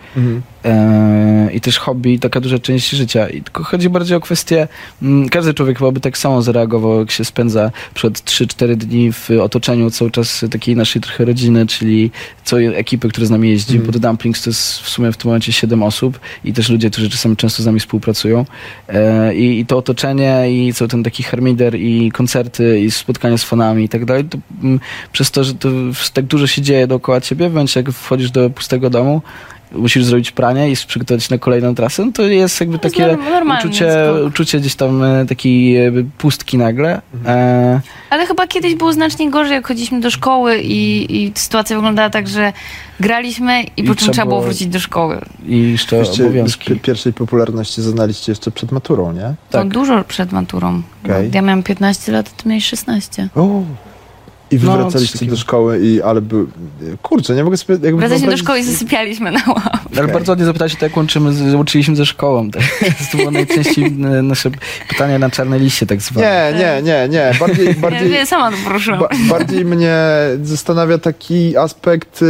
I też hobby, taka duża część życia. I tylko chodzi bardziej o kwestię, każdy człowiek chyba by tak samo zareagował, jak się spędza przed 3-4 dni w otoczeniu cały czas takiej naszej trochę rodziny, czyli całej ekipy, która z nami jeździ, bo The Dumplings to jest w sumie w tym momencie 7 osób i też ludzie, którzy czasami często z nami współpracują. I to otoczenie i cały ten taki harmider i koncerty i spotkania z fanami i tak dalej, to przez to, że to tak dużo się dzieje dookoła ciebie, w momencie jak wchodzisz do pustego domu, musisz zrobić pranie i przygotować na kolejną trasę, no to jest jakby takie uczucie gdzieś tam takiej pustki nagle. Ale chyba kiedyś było znacznie gorzej, jak chodziliśmy do szkoły i sytuacja wyglądała tak, że graliśmy i po czym trzeba było wrócić do szkoły. I jeszcze obowiązki. Pierwszej popularności zaznaliście jeszcze przed maturą, nie? Tak. Dużo przed maturą. Okay. Ja miałam 15 lat, ty miałeś 16. I wy wracaliście do szkoły ale był... Kurczę, nie mogę sobie... Wracaliśmy do szkoły i zasypialiśmy na ławce. Ale bardzo ładnie zapytać, jak łączyliśmy ze szkołą. To było najczęściej nasze pytanie na czarnej liście tak zwane. Nie. Bardziej ja sama to poruszyłam. Bardziej mnie zastanawia taki aspekt...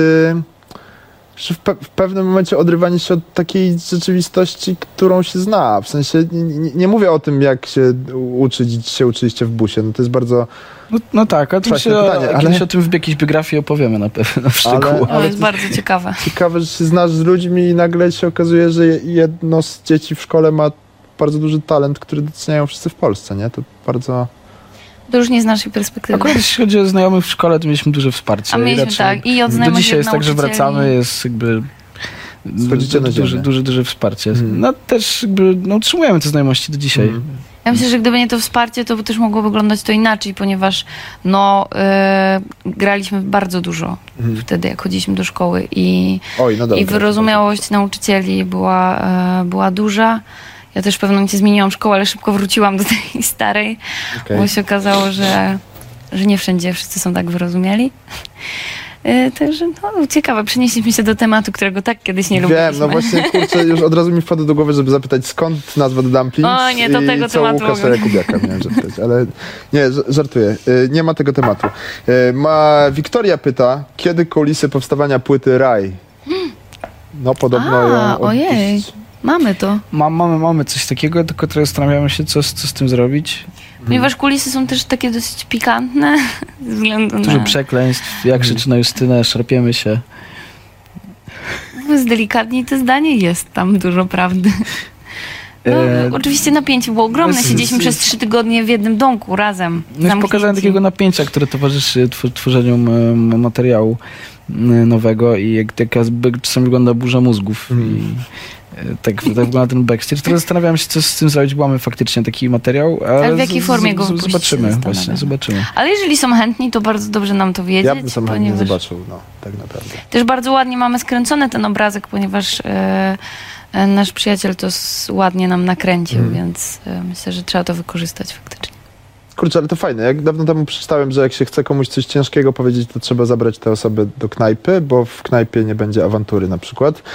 że w pewnym momencie odrywanie się od takiej rzeczywistości, którą się zna. W sensie nie mówię o tym, jak się uczyć, się uczyliście w busie. No to jest bardzo... No tak, kiedyś o tym w jakiejś biografii opowiemy na pewno w szczegółach. To jest bardzo ciekawe. Ciekawe, że się znasz z ludźmi i nagle się okazuje, że jedno z dzieci w szkole ma bardzo duży talent, który doceniają wszyscy w Polsce, nie? To bardzo... To już nie z naszej perspektywy. Akurat jeśli chodzi o znajomych w szkole, to mieliśmy duże wsparcie. A mieliśmy tak. I od znajomych do dzisiaj jest tak, że wracamy, jest jakby duże wsparcie. No też jakby utrzymujemy te znajomości do dzisiaj. Ja myślę, że gdyby nie to wsparcie, to by też mogło wyglądać to inaczej, ponieważ graliśmy bardzo dużo wtedy, jak chodziliśmy do szkoły i wyrozumiałość nauczycieli była duża. Ja też w pewnym momencie zmieniłam szkołę, ale szybko wróciłam do tej starej, bo się okazało, że nie wszędzie wszyscy są tak wyrozumiali. Także ciekawe, przenieśliśmy się do tematu, którego tak kiedyś nie lubiliśmy. Wiem, no właśnie, kurczę, już od razu mi wpadło do głowy, żeby zapytać, skąd nazwa The Dumplings. O nie, to tego tematu Łukasza Jakubiaka miałem zapytać, ale nie, żartuję, nie ma tego tematu. Wiktoria pyta, kiedy kulisy powstawania płyty Raj? No podobno ją ojej, mamy to. Mamy coś takiego, tylko teraz zastanawiamy się, co z tym zrobić. Ponieważ kulisy są też takie dosyć pikantne. Ze względu dużo przekleństw, jak krzyczy na Justynę, szarpiemy się. Mówiąc delikatniej, to zdanie jest tam dużo prawdy. Oczywiście napięcie było ogromne. Siedzieliśmy przez 3 tygodnie w jednym domku razem. No pokazałem takiego napięcia, które towarzyszy tworzeniu materiału nowego i jak czasami wygląda burza mózgów. Tak wygląda ten backstage. Teraz zastanawiam się, co z tym zrobić, bo mamy faktycznie taki materiał. Ale w jakiej formie go zobaczymy. Ale jeżeli są chętni, to bardzo dobrze nam to wiedzieć. Ja bym sam chętnie zobaczył, tak naprawdę. Też bardzo ładnie mamy skręcony ten obrazek, ponieważ nasz przyjaciel to ładnie nam nakręcił, więc myślę, że trzeba to wykorzystać faktycznie. Kurczę, ale to fajne. Jak dawno temu przeczytałem, że jak się chce komuś coś ciężkiego powiedzieć, to trzeba zabrać tę osobę do knajpy, bo w knajpie nie będzie awantury na przykład.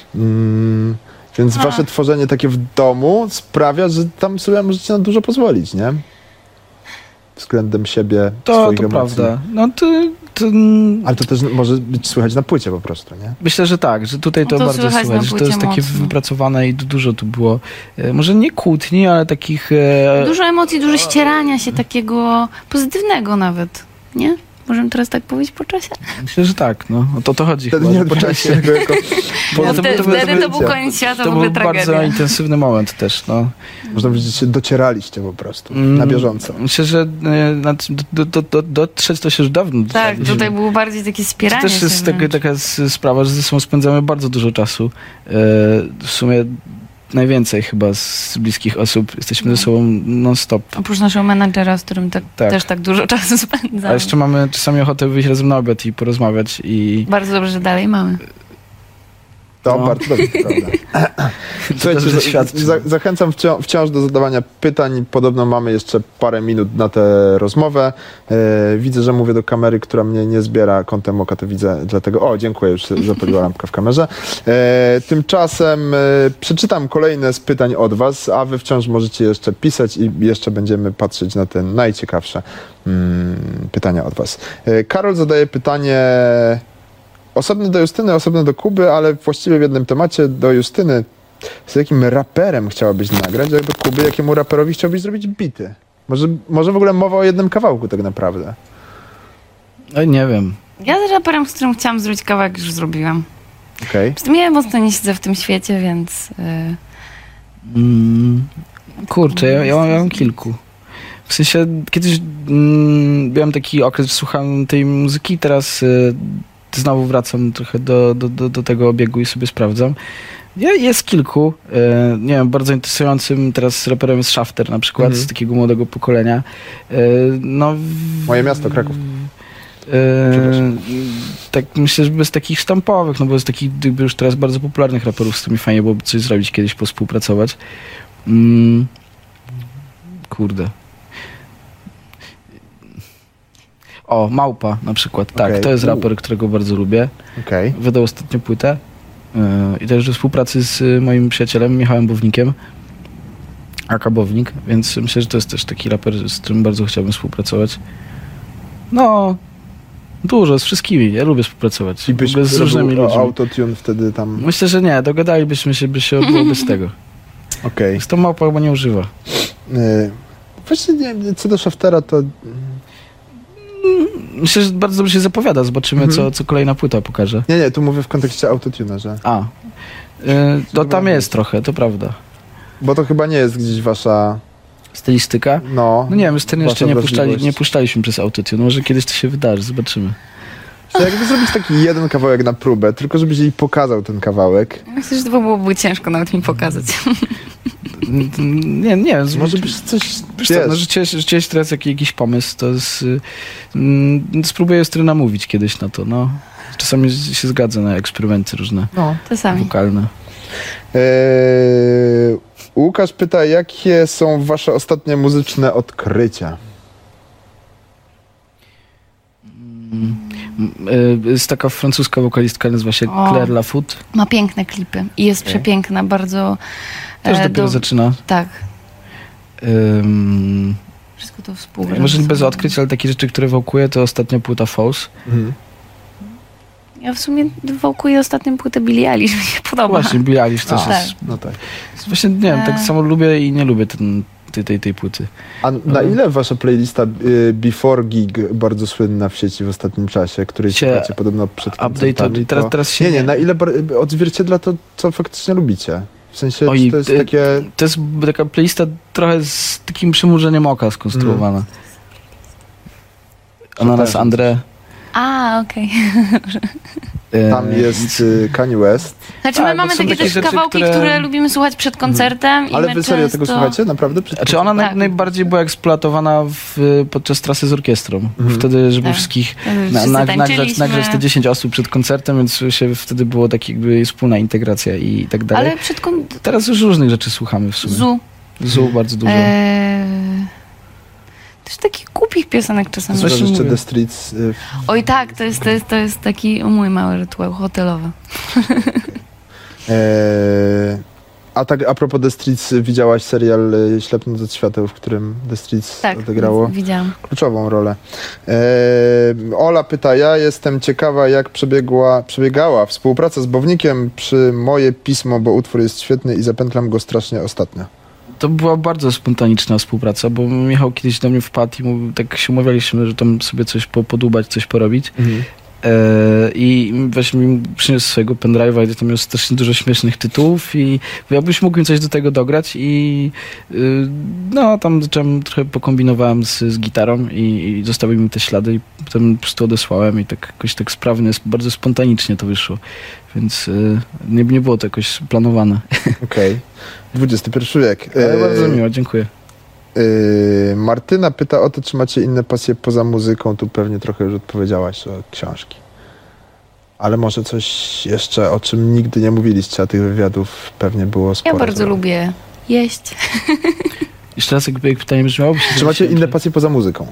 Więc wasze tworzenie takie w domu sprawia, że tam sobie możecie na dużo pozwolić, nie? Względem siebie, swoich emocji. Prawda. Ale to też może być słychać na płycie po prostu, nie? Myślę, że tak, że tutaj to bardzo słychać, że to jest takie wypracowane i dużo tu było, może nie kłótni, ale takich... Dużo emocji, dużo ścierania się takiego pozytywnego nawet, nie? Możemy teraz tak powiedzieć po czasie? Myślę, że tak, no. O to chodzi wtedy chyba, nie po czasie. Wtedy to był koniec świata, to w ogóle był tragedia. bardzo intensywny moment też, no. Można powiedzieć, że docieraliście po prostu, na bieżąco. Myślę, że dotrzeć to się już dawno. Tak, tutaj było bardziej takie spieranie to też jest taka sprawa, że ze sobą spędzamy bardzo dużo czasu. W sumie najwięcej chyba z bliskich osób. Jesteśmy ze sobą non-stop. Oprócz naszego menadżera, z którym też tak dużo czasu spędzamy. A jeszcze mamy czasami ochotę wyjść razem na obiad i porozmawiać. Bardzo dobrze, że dalej mamy. To bardzo dobrze, prawda. Słuchajcie, zachęcam wciąż do zadawania pytań. Podobno mamy jeszcze parę minut na tę rozmowę. Widzę, że mówię do kamery, która mnie nie zbiera kątem oka, to widzę, dlatego... O, dziękuję, już się zapaliła lampka w kamerze. Tymczasem przeczytam kolejne z pytań od was, a wy wciąż możecie jeszcze pisać i jeszcze będziemy patrzeć na te najciekawsze pytania od was. Karol zadaje pytanie... Osobne do Justyny, osobne do Kuby, ale właściwie w jednym temacie. Do Justyny, z jakim raperem chciałabyś nagrać, jak do Kuby, jakiemu raperowi chciałbyś zrobić bity? Może w ogóle mowa o jednym kawałku tak naprawdę? No nie wiem. Ja z raperem, z którym chciałam zrobić kawałek, już zrobiłam. Okej. Ja mocno nie siedzę w tym świecie, więc... Kurczę, ja mam kilku. W sensie, kiedyś miałem taki okres, że słuchałem tej muzyki, teraz... Znowu wracam trochę do tego obiegu i sobie sprawdzam. Jest kilku. Nie wiem, bardzo interesującym teraz raperem jest Shafter na przykład, z takiego młodego pokolenia. Moje miasto, Kraków. Tak myślę, że bez takich sztampowych, no bo z takich już teraz bardzo popularnych raperów, z którymi fajnie byłoby coś zrobić, kiedyś pospółpracować. Kurde. O, Małpa na przykład, tak, to jest raper, którego bardzo lubię. Wydał ostatnio płytę i też do współpracy z moim przyjacielem Michałem Bownikiem, aka Bownik, więc myślę, że to jest też taki raper, z którym bardzo chciałbym współpracować. No, dużo, z wszystkimi, ja lubię współpracować. I byś z różnymi ludźmi. Autotune wtedy tam... Myślę, że nie, dogadalibyśmy się, by się odbyło bez tego. Z tą Małpa chyba nie używa. Właśnie co do Shaftera, to... Myślę, że bardzo dobrze się zapowiada. Zobaczymy, co kolejna płyta pokaże. Nie, tu mówię w kontekście autotuna, że... To tam jest trochę, to prawda. Bo to chyba nie jest gdzieś wasza... Stylistyka? No nie wiem, jeszcze nie puszczaliśmy przez autotune. Może kiedyś to się wydarzy, zobaczymy. Jakby zrobić taki jeden kawałek na próbę, tylko żebyś jej pokazał ten kawałek. Myślę, że to byłoby ciężko nawet mi pokazać. Nie wiem, może byś coś... Rzuciłeś teraz jakiś pomysł, to spróbuję Justyny namówić kiedyś na to, no. Czasami się zgadza na eksperymenty różne. Czasami. Wokalne. Łukasz pyta, jakie są wasze ostatnie muzyczne odkrycia? Jest taka francuska wokalistka, nazywa się Claire Lafoot. Ma piękne klipy i jest przepiękna, bardzo... Też dopiero zaczyna. Tak. Wszystko to współgra. Może nie bez odkryć, ale takie rzeczy, które wałkuję, to ostatnia płyta False. Ja w sumie wałkuję ostatnią płytę Billie Eilish, mi się podoba. Właśnie, Billie Eilish też jest. No tak. Właśnie, nie wiem, tak samo lubię i nie lubię tej płyty. A na ile wasza playlista Before Gig, bardzo słynna w sieci w ostatnim czasie, której słuchacie podobno przed koncertami, teraz się... Nie, na ile odzwierciedla to, co faktycznie lubicie? W sensie, czy to jest takie... To jest taka playlista trochę z takim przymurzeniem oka skonstruowana. Ananas André. Okej. Tam jest Kanye West. Znaczy my mamy takie też kawałki, które lubimy słuchać przed koncertem. Ale wy serio tego słuchacie? Naprawdę? Znaczy ona najbardziej była eksploatowana podczas trasy z orkiestrą. Wtedy, żeby wszystkich nagrać te 10 osób przed koncertem, więc wtedy było tak jakby wspólna integracja i tak dalej. Ale teraz już różnych rzeczy słuchamy w sumie. Zu bardzo dużo. Też takich głupich piosenek czasami. Zresztą jeszcze The Streets. Oj tak, to jest taki mój mały rytuał hotelowy. A tak a propos The Streets, widziałaś serial Ślepnąc od świateł, w którym The Streets odegrało kluczową rolę. Ola pyta, ja jestem ciekawa, jak przebiegała współpraca z Bownikiem przy Moje Pismo, bo utwór jest świetny i zapętlam go strasznie ostatnio. To była bardzo spontaniczna współpraca, bo Michał kiedyś do mnie wpadł i tak się umawialiśmy, że tam sobie coś podubać, coś porobić. I właśnie mi przyniósł swojego pendrive'a, gdzie tam miał strasznie dużo śmiesznych tytułów i jakbyś mógł mi coś do tego dograć i tam zacząłem, trochę pokombinowałem z gitarą i zostawił mi te ślady i potem po prostu odesłałem i tak jakoś tak sprawnie, bardzo spontanicznie to wyszło, więc nie było to jakoś planowane. Okej. XXI wiek. Bardzo miło, dziękuję. Martyna pyta o to, czy macie inne pasje poza muzyką. Tu pewnie trochę już odpowiedziałaś o książki. Ale może coś jeszcze, o czym nigdy nie mówiliście, a tych wywiadów pewnie było sporo. Ja bardzo lubię jeść. Jeszcze raz, jakby pytanie brzmiało. Czy macie inne pasje poza muzyką?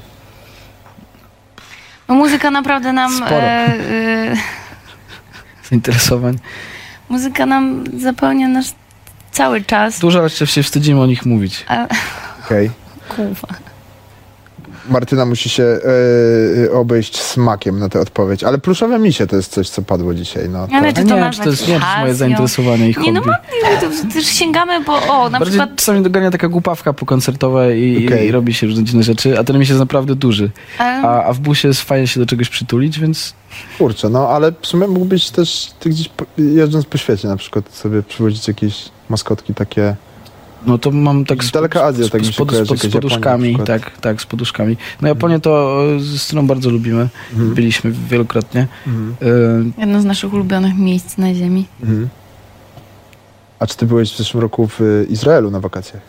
No muzyka naprawdę nam... Sporo. Zainteresowań. Muzyka nam zapełnia nasz cały czas. Dużo, ale jeszcze się wstydzimy o nich mówić. Okej. Kurwa. Martyna musi się obejść smakiem na tę odpowiedź. Ale pluszowe misie to jest coś, co padło dzisiaj. No, to... Ale czy to nie wiem, czy to jest moje pasją? zainteresowanie i hobby. Nie, no to też sięgamy, bo na Bardziej przykład... czasami dogania taka głupawka pokoncertowa i robi się różne dziwne rzeczy, a ten mis jest naprawdę duży. A w busie jest fajnie się do czegoś przytulić, więc... Kurczę, no ale w sumie mógłbyś też ty gdzieś jeżdżąc po świecie na przykład sobie przywozić jakieś maskotki takie... No to mam tak z Daleka Azja, tak mi się kojarzy, z poduszkami, tak, z poduszkami. No Japonię to z którą bardzo lubimy. Byliśmy wielokrotnie. Jedno z naszych ulubionych miejsc na ziemi. A czy ty byłeś w zeszłym roku w Izraelu na wakacjach?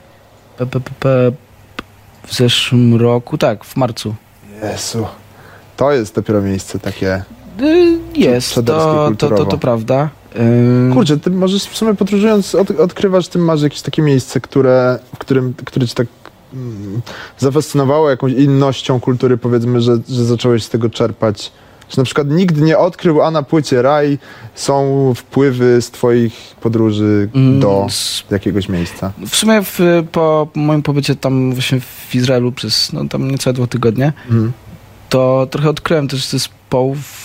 W zeszłym roku, tak, w marcu. Jezu, to jest dopiero miejsce takie... Jest, to prawda. Kurczę, ty możesz w sumie podróżując, odkrywasz, ty masz jakieś takie miejsce, które cię tak zafascynowało jakąś innością kultury, powiedzmy, że zacząłeś z tego czerpać. Że na przykład nikt nie odkrył, a na płycie Raj są wpływy z twoich podróży do jakiegoś miejsca. W sumie po moim pobycie tam właśnie w Izraelu przez tam niecałe 2 tygodnie, to trochę odkryłem też zespołów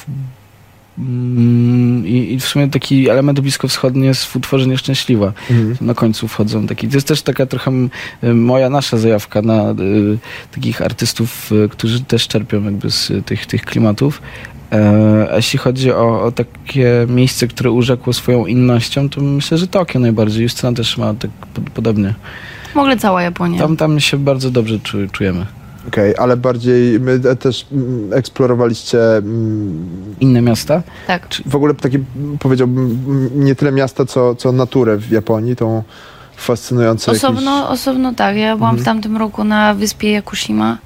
i w sumie taki element bliskowschodni jest w utworze Nieszczęśliwa. Na końcu wchodzą taki. To jest też taka trochę nasza zajawka na takich artystów, którzy też czerpią jakby z tych klimatów. A jeśli chodzi o takie miejsce, które urzekło swoją innością, to myślę, że Tokio najbardziej. Justyna też ma tak podobnie. W ogóle cała Japonia. Tam się bardzo dobrze czujemy. Okej, ale bardziej też eksplorowaliście... Inne miasta? Tak. W ogóle takie, powiedziałbym, nie tyle miasta, co naturę w Japonii, tą fascynującą Osobno tak. Ja byłam w tamtym roku na wyspie Yakushima.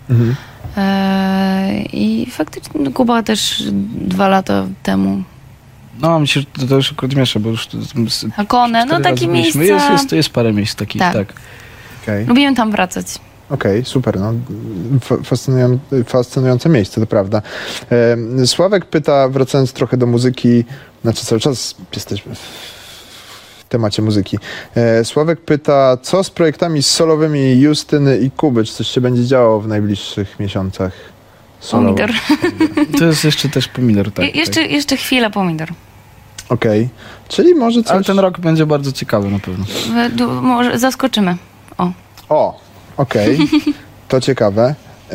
I faktycznie Kuba też 2 lata temu. No, myślę, że to już akurat miesza, bo już... Hakone, no takie miejsca... Jest parę miejsc takich, tak. Okay. Lubimy tam wracać. Okej, super, no. Fascynujące miejsce, to prawda. Sławek pyta, wracając trochę do muzyki, znaczy cały czas jesteśmy w temacie muzyki. Sławek pyta, co z projektami solowymi Justyny i Kuby? Czy coś się będzie działo w najbliższych miesiącach? Pomidor. To jest jeszcze też pomidor, tak. Jeszcze chwilę pomidor. Okej, czyli może coś... Ale ten rok będzie bardzo ciekawy na pewno. Może zaskoczymy. Okej, to ciekawe.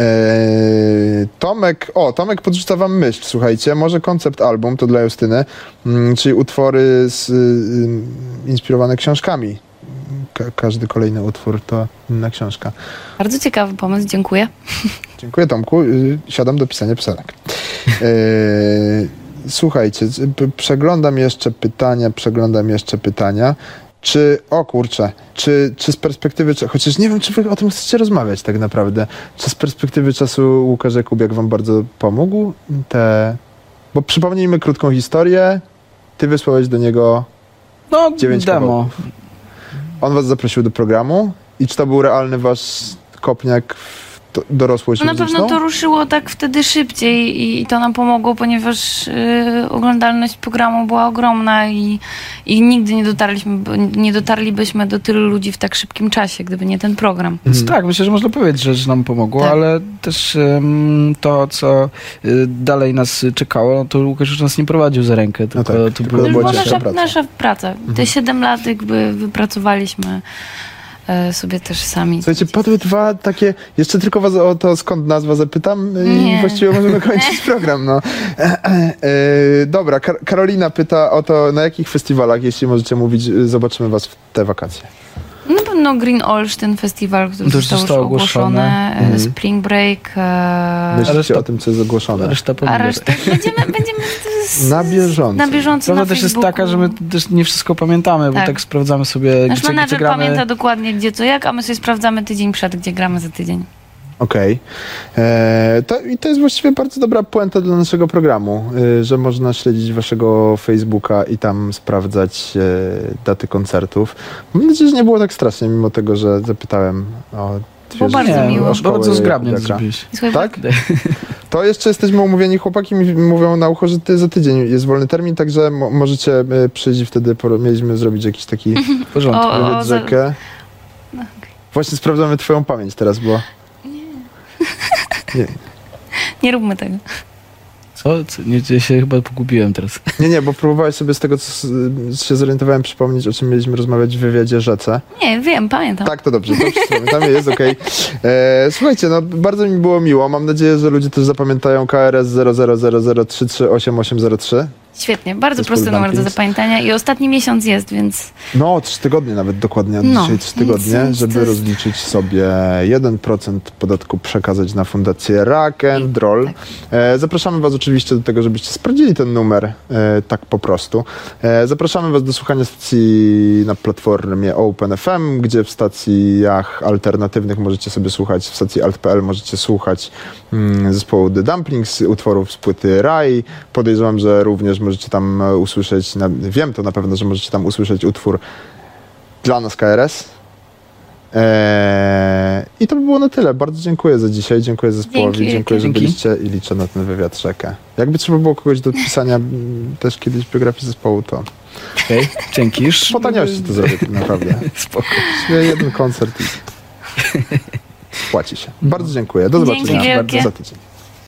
Tomek podrzuca wam myśl, słuchajcie, może koncept album, to dla Justyny, czyli utwory inspirowane książkami. Każdy kolejny utwór to inna książka. Bardzo ciekawy pomysł, dziękuję. Dziękuję, Tomku. Siadam do pisania piosenek. Słuchajcie, przeglądam jeszcze pytania. Czy z perspektywy, chociaż nie wiem, czy wy o tym chcecie rozmawiać tak naprawdę, czy z perspektywy czasu Łukasz Jakubiak wam bardzo pomógł? Bo przypomnijmy krótką historię, ty wysłałeś do niego 9 demo. Kawałków. On was zaprosił do programu i czy to był realny wasz kopniak w dorosłość muzyczną? Na pewno to ruszyło tak wtedy szybciej i to nam pomogło, ponieważ oglądalność programu była ogromna i nigdy nie dotarlibyśmy do tylu ludzi w tak szybkim czasie, gdyby nie ten program. Więc tak, myślę, że można powiedzieć, że nam pomogło, tak. Ale też to, co dalej nas czekało, to Łukasz już nas nie prowadził za rękę, tylko to była nasza praca. Te 7 lat jakby wypracowaliśmy sobie też sami. Słuchajcie, padły 2 takie, jeszcze tylko was o to, skąd nazwa zapytam i właściwie możemy kończyć program. No. Dobra, Karolina pyta o to, na jakich festiwalach, jeśli możecie mówić, zobaczymy was w te wakacje. Na pewno Green Olsztyn Festiwal, który został już ogłoszony. Spring Break. Myślicie o tym, co jest ogłoszone. A resztę będziemy na bieżąco. Prawda też jest taka, że my też nie wszystko pamiętamy, bo tak sprawdzamy sobie, nasz menadżer pamięta dokładnie gdzie co jak, a my sobie sprawdzamy tydzień przed, gdzie gramy za tydzień. Okej. To jest właściwie bardzo dobra puenta dla naszego programu, że można śledzić waszego Facebooka i tam sprawdzać daty koncertów. Mam nadzieję, że nie było tak strasznie, mimo tego, że zapytałem o Bo bardzo miło. Bardzo zgrabnie zrobiłeś. Tak? To jeszcze jesteśmy umówieni. Chłopaki mi mówią na ucho, że za tydzień jest wolny termin, także możecie przyjść i wtedy mieliśmy zrobić jakiś taki porządek. Rzekę. No, okay. Właśnie sprawdzamy twoją pamięć teraz, bo... Nie. Nie róbmy tego. Co? Ja się chyba pogubiłem teraz. Nie, bo próbowałeś sobie z tego, co się zorientowałem, przypomnieć, o czym mieliśmy rozmawiać w wywiadzie Rzece. Nie, wiem, pamiętam. Tak, to dobrze, pamiętamy, jest okej. Słuchajcie, no bardzo mi było miło. Mam nadzieję, że ludzie też zapamiętają KRS 0000338803. Świetnie, bardzo prosty numer do zapamiętania i ostatni miesiąc jest, więc... No, 3 tygodnie nawet dokładnie, dzisiaj 3 tygodnie, żeby rozliczyć sobie 1% podatku przekazać na fundację Rock and Roll. Tak. Zapraszamy was oczywiście do tego, żebyście sprawdzili ten numer tak po prostu. Zapraszamy was do słuchania stacji na platformie OpenFM, gdzie w stacjach alternatywnych możecie sobie słuchać, w stacji alt.pl możecie słuchać zespołu The Dumplings, utworów z płyty Rai. Podejrzewam, że również możecie tam usłyszeć, wiem to na pewno, że możecie tam usłyszeć utwór dla nas KRS. I to by było na tyle. Bardzo dziękuję za dzisiaj, dziękuję zespołowi, dziękuję, że byliście i liczę na ten wywiad Rzekę. Jakby trzeba było kogoś do pisania też kiedyś biografii zespołu, to... Okej, dzięki. Po taniości to zrobię, naprawdę. Spoko. Jeden koncert i płaci się. Bardzo dziękuję. Do zobaczenia za tydzień.